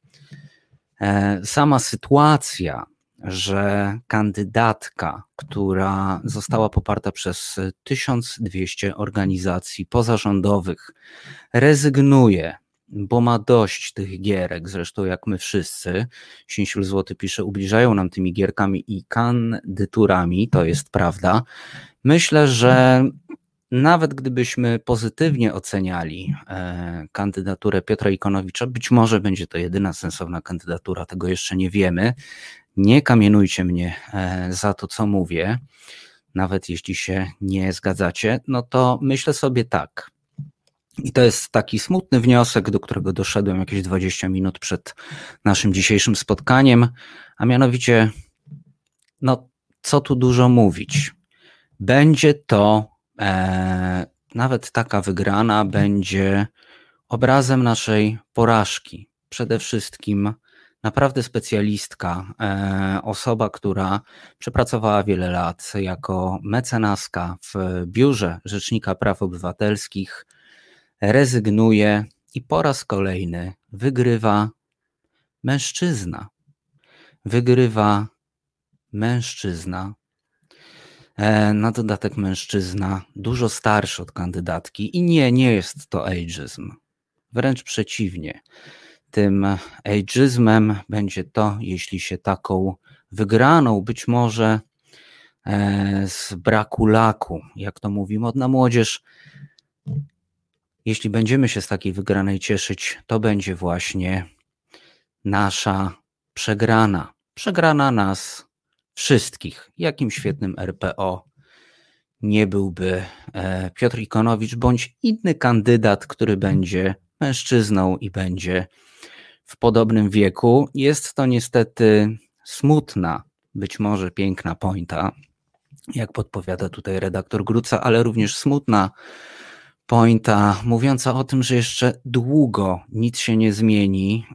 sama sytuacja, że kandydatka, która została poparta przez tysiąc dwieście organizacji pozarządowych, rezygnuje, bo ma dość tych gierek, zresztą jak my wszyscy, Sińsiul Złoty pisze, ubliżają nam tymi gierkami i kandydaturami, to jest prawda. Myślę, że nawet gdybyśmy pozytywnie oceniali e, kandydaturę Piotra Ikonowicza, być może będzie to jedyna sensowna kandydatura, tego jeszcze nie wiemy. Nie kamienujcie mnie e, za to, co mówię, nawet jeśli się nie zgadzacie, no to myślę sobie tak. I to jest taki smutny wniosek, do którego doszedłem jakieś dwadzieścia minut przed naszym dzisiejszym spotkaniem, a mianowicie, no co tu dużo mówić. Będzie to E, nawet taka wygrana będzie obrazem naszej porażki. Przede wszystkim naprawdę specjalistka, e, osoba, która przepracowała wiele lat jako mecenaska w biurze Rzecznika Praw Obywatelskich, rezygnuje i po raz kolejny wygrywa mężczyzna. Wygrywa mężczyzna. Na dodatek mężczyzna dużo starszy od kandydatki i nie, nie jest to ageizm. Wręcz przeciwnie. Tym ageizmem będzie to, jeśli się taką wygraną, być może z braku laku, jak to mówi modna młodzież, jeśli będziemy się z takiej wygranej cieszyć, to będzie właśnie nasza przegrana. Przegrana nas wszystkich. Jakim świetnym R P O nie byłby Piotr Ikonowicz bądź inny kandydat, który będzie mężczyzną i będzie w podobnym wieku. Jest to niestety smutna, być może piękna pointa, jak podpowiada tutaj redaktor Gruca, ale również smutna pointa mówiąca o tym, że jeszcze długo nic się nie zmieni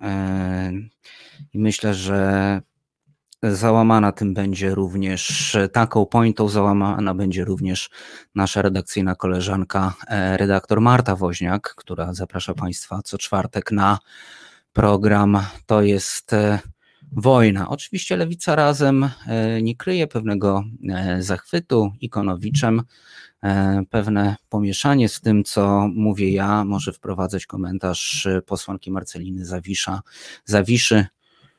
i myślę, że załamana tym będzie również, taką pointą załamana będzie również nasza redakcyjna koleżanka, redaktor Marta Woźniak, która zaprasza Państwa co czwartek na program To jest wojna. Oczywiście Lewica Razem nie kryje pewnego zachwytu Ikonowiczem. Pewne pomieszanie z tym, co mówię ja, może wprowadzać komentarz posłanki Marceliny Zawisza, Zawiszy,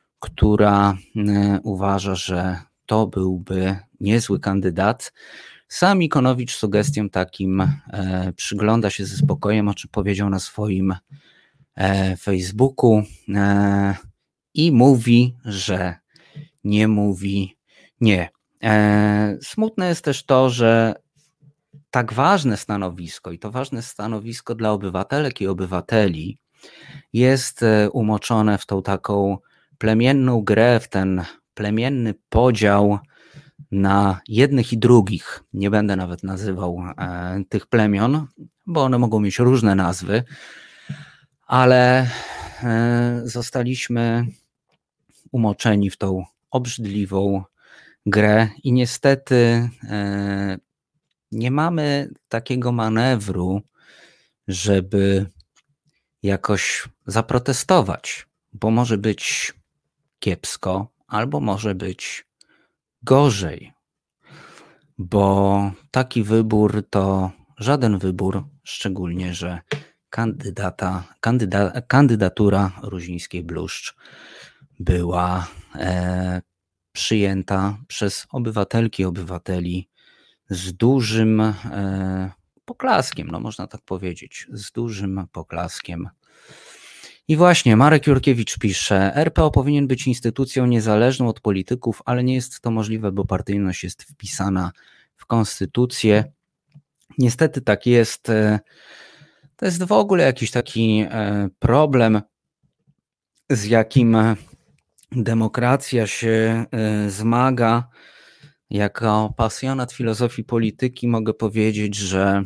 która uważa, że to byłby niezły kandydat. Sam Ikonowicz sugestiom takim e, przygląda się ze spokojem, o czym powiedział na swoim e, Facebooku e, i mówi, że nie mówi nie. E, smutne jest też to, że tak ważne stanowisko i to ważne stanowisko dla obywatelek i obywateli jest umoczone w tą taką plemienną grę, w ten plemienny podział na jednych i drugich. Nie będę nawet nazywał e, tych plemion, bo one mogą mieć różne nazwy, ale e, zostaliśmy umoczeni w tą obrzydliwą grę i niestety e, nie mamy takiego manewru, żeby jakoś zaprotestować, bo może być kiepsko, albo może być gorzej, bo taki wybór to żaden wybór, szczególnie, że kandydata, kandyda, kandydatura Ruzińskiej-Bluszcz była e, przyjęta przez obywatelki i obywateli z dużym e, poklaskiem, no można tak powiedzieć, z dużym poklaskiem. I właśnie Marek Jurkiewicz pisze, R P O powinien być instytucją niezależną od polityków, ale nie jest to możliwe, bo partyjność jest wpisana w konstytucję. Niestety tak jest. To jest w ogóle jakiś taki problem, z jakim demokracja się zmaga. Jako pasjonat filozofii polityki mogę powiedzieć, że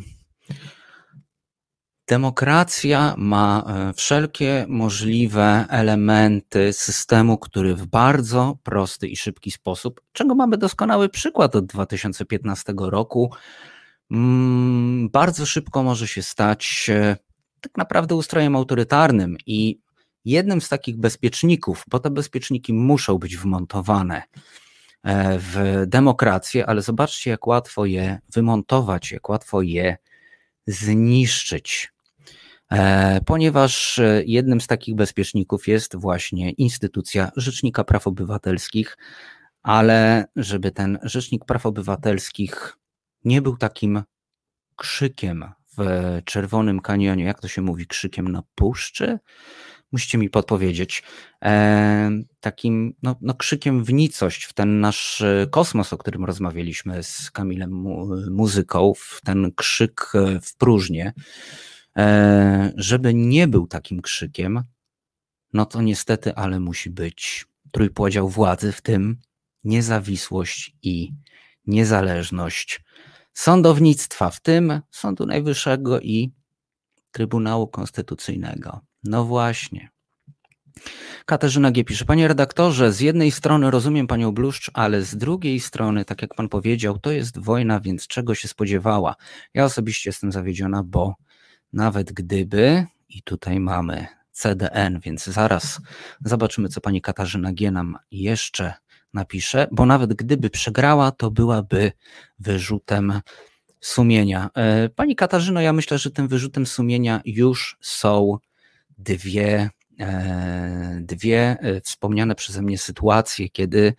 demokracja ma wszelkie możliwe elementy systemu, który w bardzo prosty i szybki sposób, czego mamy doskonały przykład od dwa tysiące piętnastego roku, bardzo szybko może się stać tak naprawdę ustrojem autorytarnym i jednym z takich bezpieczników, bo te bezpieczniki muszą być wmontowane w demokrację, ale zobaczcie, jak łatwo je wymontować, jak łatwo je zniszczyć. Ponieważ jednym z takich bezpieczników jest właśnie instytucja Rzecznika Praw Obywatelskich, ale żeby ten Rzecznik Praw Obywatelskich nie był takim krzykiem w Czerwonym Kanionie, jak to się mówi, krzykiem na puszczy? Musicie mi podpowiedzieć. E, takim no, no krzykiem w nicość, w ten nasz kosmos, o którym rozmawialiśmy z Kamilem Mu- Muzyką, w ten krzyk w próżnię. E, żeby nie był takim krzykiem, no to niestety, ale musi być trójpodział władzy, w tym niezawisłość i niezależność sądownictwa, w tym Sądu Najwyższego i Trybunału Konstytucyjnego. No właśnie. Katarzyna G. pisze, panie redaktorze, z jednej strony rozumiem panią Bluszcz, ale z drugiej strony, tak jak pan powiedział, to jest wojna, więc czego się spodziewała? Ja osobiście jestem zawiedziona, bo nawet gdyby, i tutaj mamy C D N, więc zaraz zobaczymy, co pani Katarzyna G. nam jeszcze napisze, bo nawet gdyby przegrała, to byłaby wyrzutem sumienia. Pani Katarzyno, ja myślę, że tym wyrzutem sumienia już są dwie, dwie wspomniane przeze mnie sytuacje, kiedy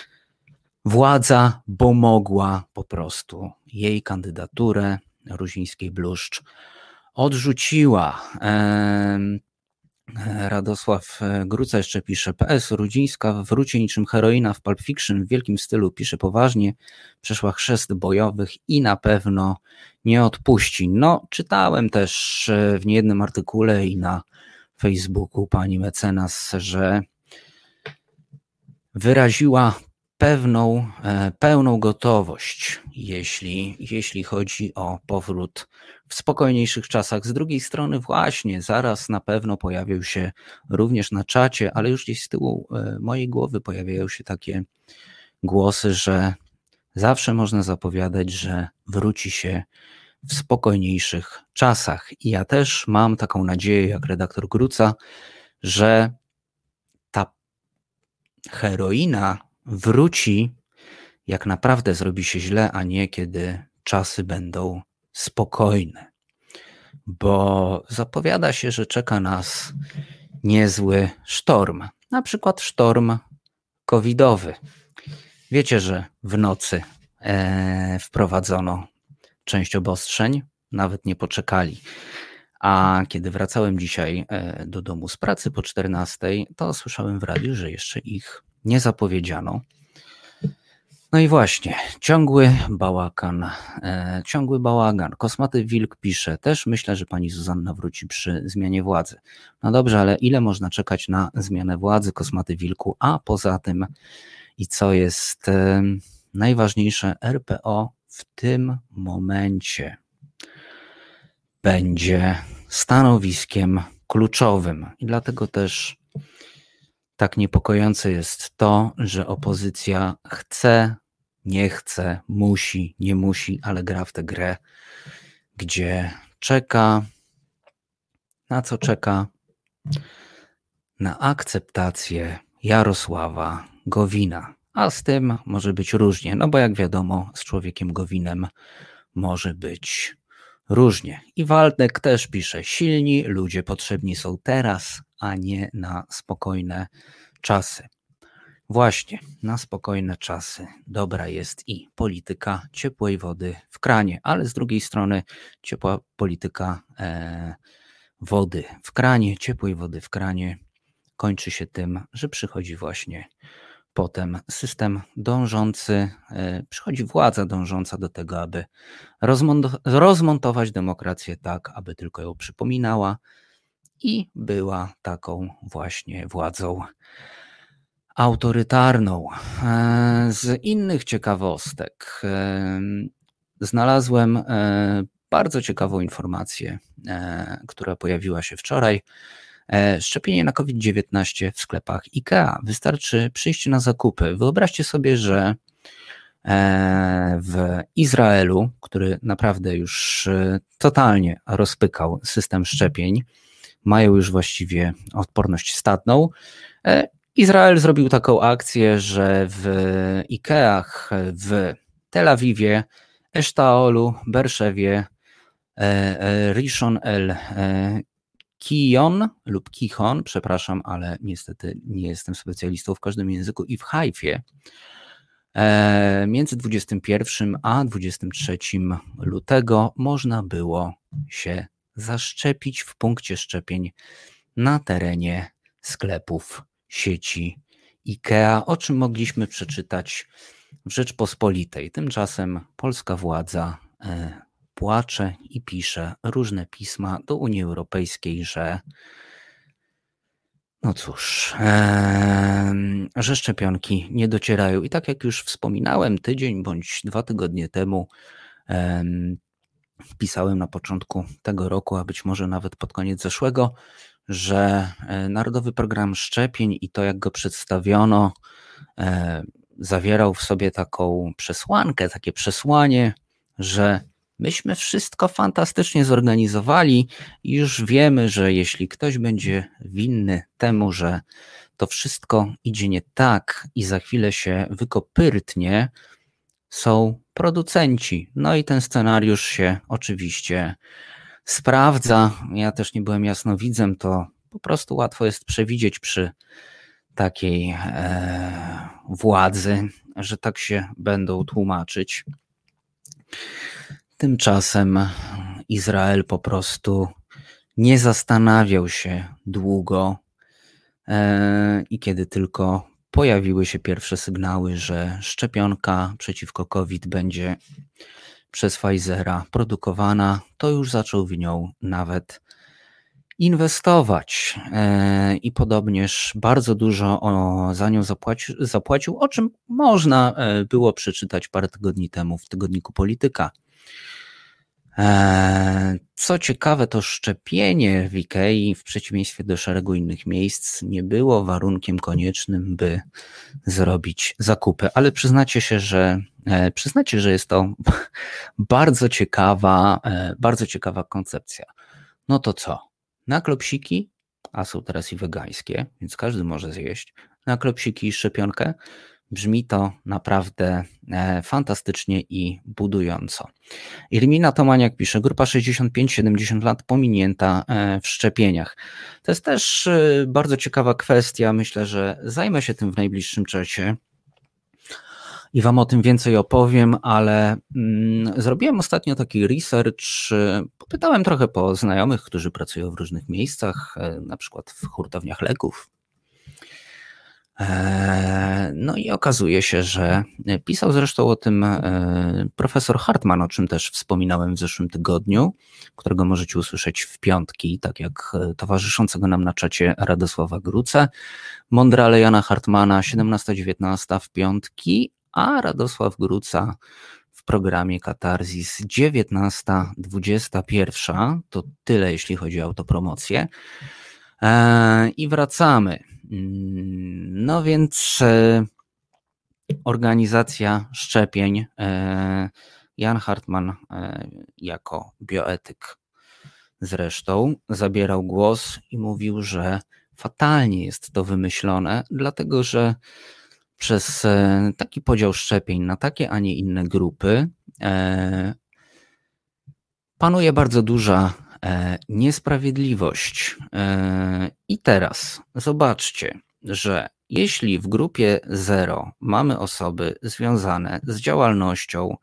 władza pomogła po prostu jej kandydaturę Ruzińskiej-Bluszcz odrzuciła. Radosław Gruca jeszcze pisze, P S Rudzińska wróci niczym heroina w Pulp Fiction w wielkim stylu, pisze poważnie, przeszła chrzest bojowych i na pewno nie odpuści. No, czytałem też w niejednym artykule i na Facebooku pani mecenas, że wyraziła pewną, pełną gotowość, jeśli, jeśli chodzi o powrót w spokojniejszych czasach. Z drugiej strony właśnie zaraz na pewno pojawią się również na czacie, ale już gdzieś z tyłu mojej głowy pojawiają się takie głosy, że zawsze można zapowiadać, że wróci się w spokojniejszych czasach. I ja też mam taką nadzieję, jak redaktor Gruca, że ta heroina wróci, jak naprawdę zrobi się źle, a nie kiedy czasy będą spokojne. Bo zapowiada się, że czeka nas niezły sztorm. Na przykład sztorm covidowy. Wiecie, że w nocy e, wprowadzono część obostrzeń, nawet nie poczekali. A kiedy wracałem dzisiaj e, do domu z pracy po czternastej, to słyszałem w radiu, że jeszcze ich nie zapowiedziano. No i właśnie, ciągły bałagan, e, ciągły bałagan. Kosmaty Wilk pisze, też myślę, że pani Zuzanna wróci przy zmianie władzy. No dobrze, ale ile można czekać na zmianę władzy, Kosmaty Wilku? A poza tym, i co jest e, najważniejsze, R P O w tym momencie będzie stanowiskiem kluczowym. I dlatego też tak niepokojące jest to, że opozycja chce, nie chce, musi, nie musi, ale gra w tę grę, gdzie czeka, na co czeka? Na akceptację Jarosława Gowina. A z tym może być różnie, no bo jak wiadomo, z człowiekiem Gowinem może być różnie. I Waldek też pisze, silni ludzie potrzebni są teraz, a nie na spokojne czasy. Właśnie, na spokojne czasy dobra jest i polityka ciepłej wody w kranie, ale z drugiej strony ciepła polityka e, wody w kranie, ciepłej wody w kranie kończy się tym, że przychodzi właśnie potem system dążący, e, przychodzi władza dążąca do tego, aby rozmont- rozmontować demokrację tak, aby tylko ją przypominała i była taką właśnie władzą autorytarną. E, Z innych ciekawostek e, znalazłem e, bardzo ciekawą informację, e, która pojawiła się wczoraj. E, Szczepienie na COVID dziewiętnaście w sklepach IKEA. Wystarczy przyjść na zakupy. Wyobraźcie sobie, że e, w Izraelu, który naprawdę już e, totalnie rozpykał system szczepień, mają już właściwie odporność stadną. E, Izrael zrobił taką akcję, że w Ikeach w Tel Awiwie, Esztaolu, Berszewie, Rishon El Kijon lub Kichon, przepraszam, ale niestety nie jestem specjalistą w każdym języku, i w Hajfie między dwudziestym pierwszym a dwudziestym trzecim lutego można było się zaszczepić w punkcie szczepień na terenie sklepów sieci IKEA, o czym mogliśmy przeczytać w Rzeczpospolitej. Tymczasem polska władza e, płacze i pisze różne pisma do Unii Europejskiej, że no cóż, e, że szczepionki nie docierają. I tak jak już wspominałem tydzień bądź dwa tygodnie temu, e, pisałem na początku tego roku, a być może nawet pod koniec zeszłego, że Narodowy Program Szczepień i to, jak go przedstawiono, e, zawierał w sobie taką przesłankę, takie przesłanie, że myśmy wszystko fantastycznie zorganizowali i już wiemy, że jeśli ktoś będzie winny temu, że to wszystko idzie nie tak i za chwilę się wykopyrtnie, są producenci. No i ten scenariusz się oczywiście sprawdza. Ja też nie byłem jasnowidzem, to po prostu łatwo jest przewidzieć przy takiej e, władzy, że tak się będą tłumaczyć. Tymczasem Izrael po prostu nie zastanawiał się długo e, i kiedy tylko pojawiły się pierwsze sygnały, że szczepionka przeciwko COVID będzie przez Pfizera produkowana, to już zaczął w nią nawet inwestować e, i podobnież bardzo dużo o, za nią zapłaci, zapłacił, o czym można e, było przeczytać parę tygodni temu w tygodniku Polityka. E, co ciekawe, to szczepienie w Ikei w przeciwieństwie do szeregu innych miejsc nie było warunkiem koniecznym, by zrobić zakupy, ale przyznacie się, że e, przyznacie, że jest to bardzo ciekawa, e, bardzo ciekawa koncepcja. No to co? Na klopsiki, a są teraz i wegańskie, więc każdy może zjeść, na klopsiki i szczepionkę. Brzmi to naprawdę e, fantastycznie i budująco. Irmina Tomaniak pisze, grupa sześćdziesiąt pięć siedemdziesiąt lat pominięta e, w szczepieniach. To jest też e, bardzo ciekawa kwestia. Myślę, że zajmę się tym w najbliższym czasie. i wam o tym więcej opowiem, ale mm, zrobiłem ostatnio taki research, y, popytałem trochę po znajomych, którzy pracują w różnych miejscach, y, na przykład w hurtowniach leków. No i okazuje się, że pisał zresztą o tym profesor Hartman, o czym też wspominałem w zeszłym tygodniu, którego możecie usłyszeć w piątki, tak jak towarzyszącego nam na czacie Radosława Gruce. Mądrale Jana Hartmana siedemnasta dziewiętnasta w piątki, a Radosław Gruca w programie Katarzis dziewiętnasta dwudziesta jeden. To tyle, jeśli chodzi o autopromocję. I wracamy. No więc organizacja szczepień. Jan Hartman jako bioetyk zresztą zabierał głos i mówił, że fatalnie jest to wymyślone, dlatego że przez taki podział szczepień na takie, a nie inne grupy panuje bardzo duża niesprawiedliwość. I teraz zobaczcie, że jeśli w grupie zero mamy osoby związane z działalnością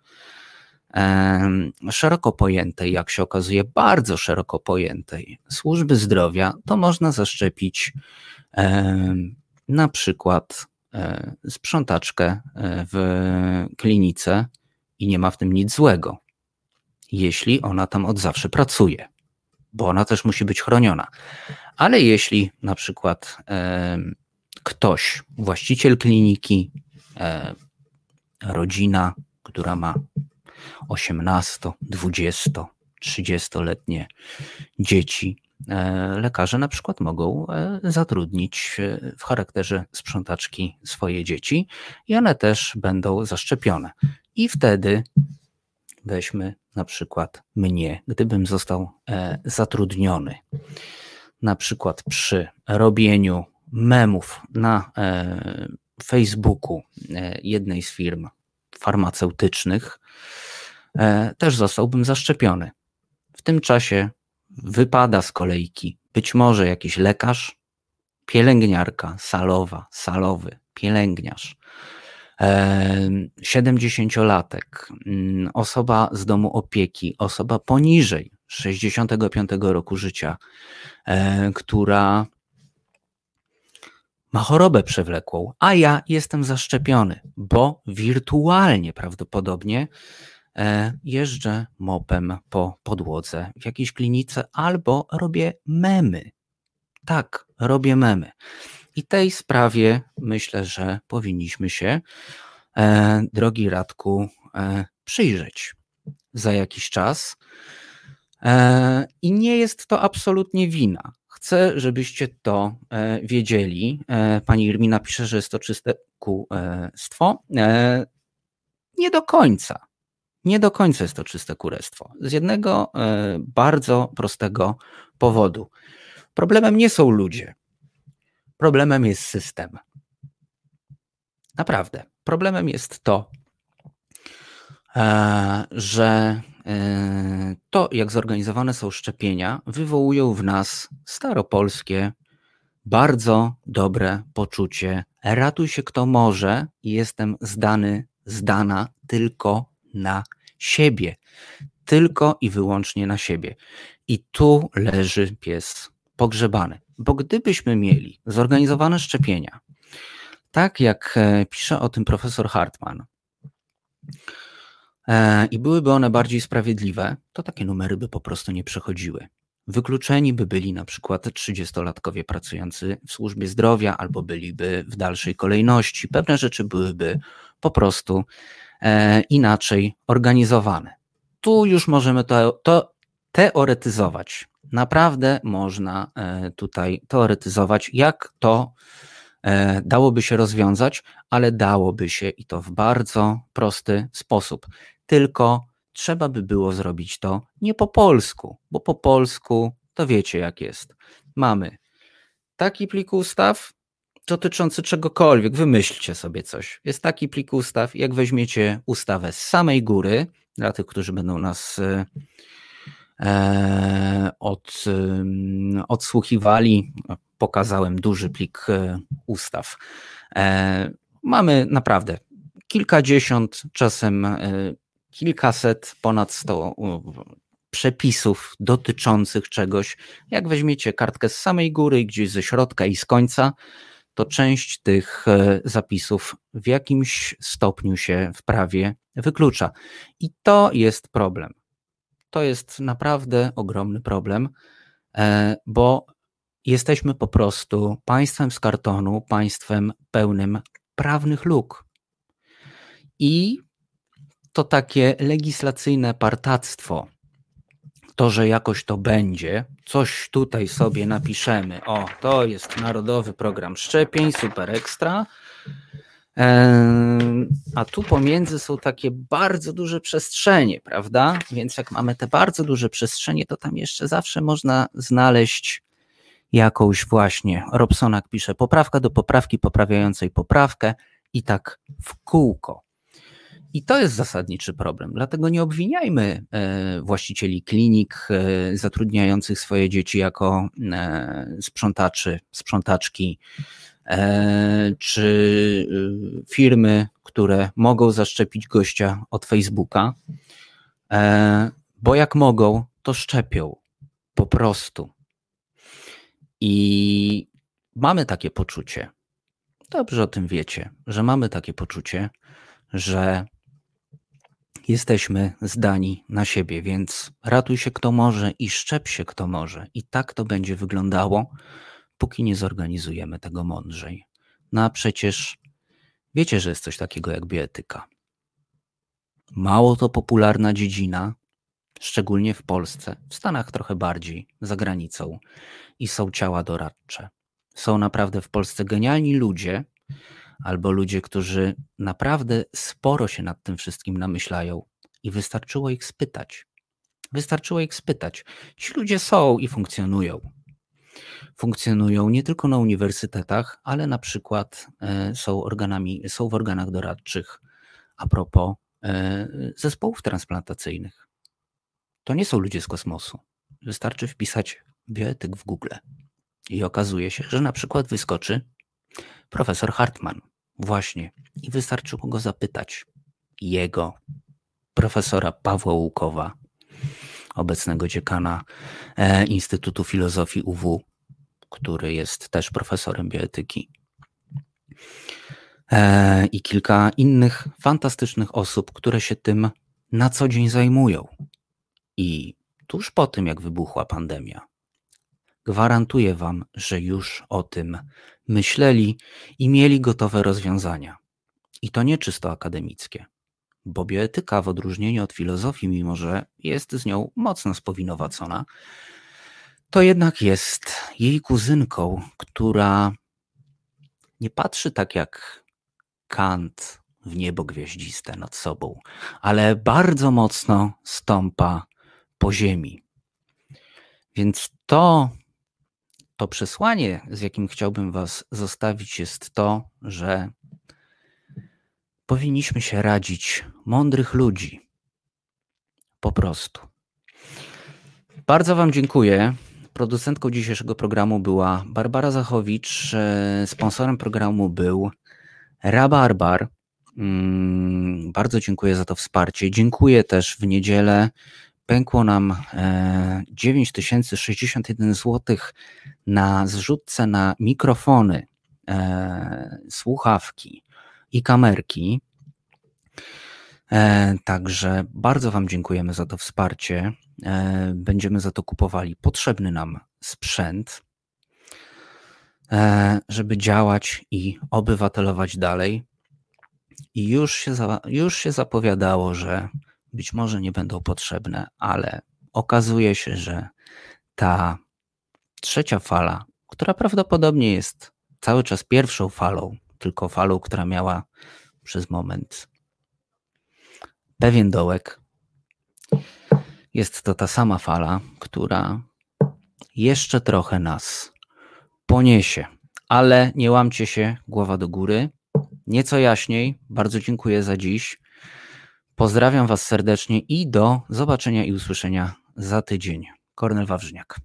szeroko pojętej, jak się okazuje, bardzo szeroko pojętej służby zdrowia, to można zaszczepić na przykład sprzątaczkę w klinice i nie ma w tym nic złego, jeśli ona tam od zawsze pracuje, bo ona też musi być chroniona. Ale jeśli na przykład e, ktoś, właściciel kliniki, e, rodzina, która ma osiemnasto, dwudziesto, trzydziestoletnie dzieci, e, lekarze na przykład mogą e, zatrudnić w charakterze sprzątaczki swoje dzieci i one też będą zaszczepione. I wtedy weźmy na przykład mnie, gdybym został e, zatrudniony na przykład przy robieniu memów na e, Facebooku e, jednej z firm farmaceutycznych, e, też zostałbym zaszczepiony. W tym czasie wypada z kolejki być może jakiś lekarz, pielęgniarka, salowa, salowy, pielęgniarz, siedemdziesięciolatek, osoba z domu opieki, osoba poniżej sześćdziesiątego piątego roku życia, która ma chorobę przewlekłą, a ja jestem zaszczepiony, bo wirtualnie prawdopodobnie jeżdżę mopem po podłodze w jakiejś klinice albo robię memy. Tak, robię memy. I tej sprawie myślę, że powinniśmy się, e, drogi Radku, e, przyjrzeć za jakiś czas. E, I nie jest to absolutnie wina. Chcę, żebyście to e, wiedzieli. E, pani Irmina pisze, że jest to czyste kurestwo. E, nie do końca. Nie do końca jest to czyste kurestwo. Z jednego e, bardzo prostego powodu. Problemem nie są ludzie. Problemem jest system. Naprawdę. Problemem jest to, że to, jak zorganizowane są szczepienia, wywołują w nas staropolskie, bardzo dobre poczucie. Ratuj się kto może i jestem zdany, zdana tylko na siebie. Tylko i wyłącznie na siebie. I tu leży pies pogrzebany. Bo gdybyśmy mieli zorganizowane szczepienia, tak jak pisze o tym profesor Hartman, i byłyby one bardziej sprawiedliwe, to takie numery by po prostu nie przechodziły. Wykluczeni by byli na przykład trzydziestolatkowie pracujący w służbie zdrowia, albo byliby w dalszej kolejności. Pewne rzeczy byłyby po prostu inaczej organizowane. Tu już możemy to, to teoretyzować. Naprawdę można tutaj teoretyzować, jak to dałoby się rozwiązać, ale dałoby się i to w bardzo prosty sposób. Tylko trzeba by było zrobić to nie po polsku, bo po polsku to wiecie jak jest. Mamy taki plik ustaw dotyczący czegokolwiek, wymyślcie sobie coś. Jest taki plik ustaw, jak weźmiecie ustawę z samej góry, dla tych, którzy będą nas Od, odsłuchiwali, pokazałem duży plik ustaw. Mamy naprawdę kilkadziesiąt, czasem kilkaset, ponad sto przepisów dotyczących czegoś. Jak weźmiecie kartkę z samej góry, gdzieś ze środka i z końca, to część tych zapisów w jakimś stopniu się w prawie wyklucza. I to jest problem. To jest naprawdę ogromny problem, bo jesteśmy po prostu państwem z kartonu, państwem pełnym prawnych luk. I to takie legislacyjne partactwo, to, że jakoś to będzie, coś tutaj sobie napiszemy, o, to jest Narodowy Program Szczepień, super ekstra, a tu pomiędzy są takie bardzo duże przestrzenie, prawda? Więc jak mamy te bardzo duże przestrzenie, to tam jeszcze zawsze można znaleźć jakąś właśnie, Robsonak pisze, poprawka do poprawki poprawiającej poprawkę i tak w kółko. I to jest zasadniczy problem, dlatego nie obwiniajmy właścicieli klinik zatrudniających swoje dzieci jako sprzątaczy, sprzątaczki, czy firmy, które mogą zaszczepić gościa od Facebooka, bo jak mogą, to szczepią po prostu. I mamy takie poczucie, dobrze o tym wiecie, że mamy takie poczucie, że jesteśmy zdani na siebie, więc ratuj się kto może i szczep się kto może. I tak to będzie wyglądało, póki nie zorganizujemy tego mądrzej. No a przecież wiecie, że jest coś takiego jak bioetyka. Mało to popularna dziedzina, szczególnie w Polsce, w Stanach trochę bardziej, za granicą. I są ciała doradcze. Są naprawdę w Polsce genialni ludzie, albo ludzie, którzy naprawdę sporo się nad tym wszystkim namyślają i wystarczyło ich spytać. Wystarczyło ich spytać. Ci ludzie są i funkcjonują. Funkcjonują nie tylko na uniwersytetach, ale na przykład są organami, są w organach doradczych a propos zespołów transplantacyjnych. To nie są ludzie z kosmosu. Wystarczy wpisać bioetyk w Google i okazuje się, że na przykład wyskoczy profesor Hartman. Właśnie. I wystarczyło go zapytać. Jego, profesora Pawła Łukowa, obecnego dziekana Instytutu Filozofii U W, który jest też profesorem bioetyki. I kilka innych fantastycznych osób, które się tym na co dzień zajmują. I tuż po tym, jak wybuchła pandemia, gwarantuję wam, że już o tym myśleli i mieli gotowe rozwiązania. I to nie czysto akademickie, bo bioetyka w odróżnieniu od filozofii, mimo że jest z nią mocno spowinowacona, to jednak jest jej kuzynką, która nie patrzy tak jak Kant w niebo gwiaździste nad sobą, ale bardzo mocno stąpa po ziemi. Więc to To przesłanie, z jakim chciałbym was zostawić, jest to, że powinniśmy się radzić mądrych ludzi. Po prostu. Bardzo wam dziękuję. Producentką dzisiejszego programu była Barbara Zachowicz. Sponsorem programu był Rabarbar. Bardzo dziękuję za to wsparcie. Dziękuję też w niedzielę. Pękło nam dziewięć tysięcy sześćdziesiąt jeden złotych na zrzutce na mikrofony, słuchawki i kamerki. Także bardzo wam dziękujemy za to wsparcie. Będziemy za to kupowali potrzebny nam sprzęt, żeby działać i obywatelować dalej. I już się, już się zapowiadało, że być może nie będą potrzebne, ale okazuje się, że ta trzecia fala, która prawdopodobnie jest cały czas pierwszą falą, tylko falą, która miała przez moment pewien dołek, jest to ta sama fala, która jeszcze trochę nas poniesie. Ale nie łamcie się, głowa do góry. Nieco jaśniej. Bardzo dziękuję za dziś. Pozdrawiam was serdecznie i do zobaczenia i usłyszenia za tydzień. Kornel Wawrzyniak.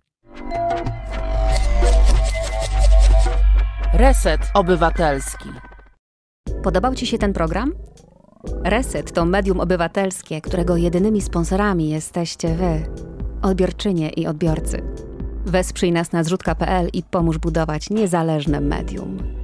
Reset Obywatelski. Podobał ci się ten program? Reset to medium obywatelskie, którego jedynymi sponsorami jesteście wy, odbiorczynie i odbiorcy. Wesprzyj nas na zrzutka kropka pe el i pomóż budować niezależne medium.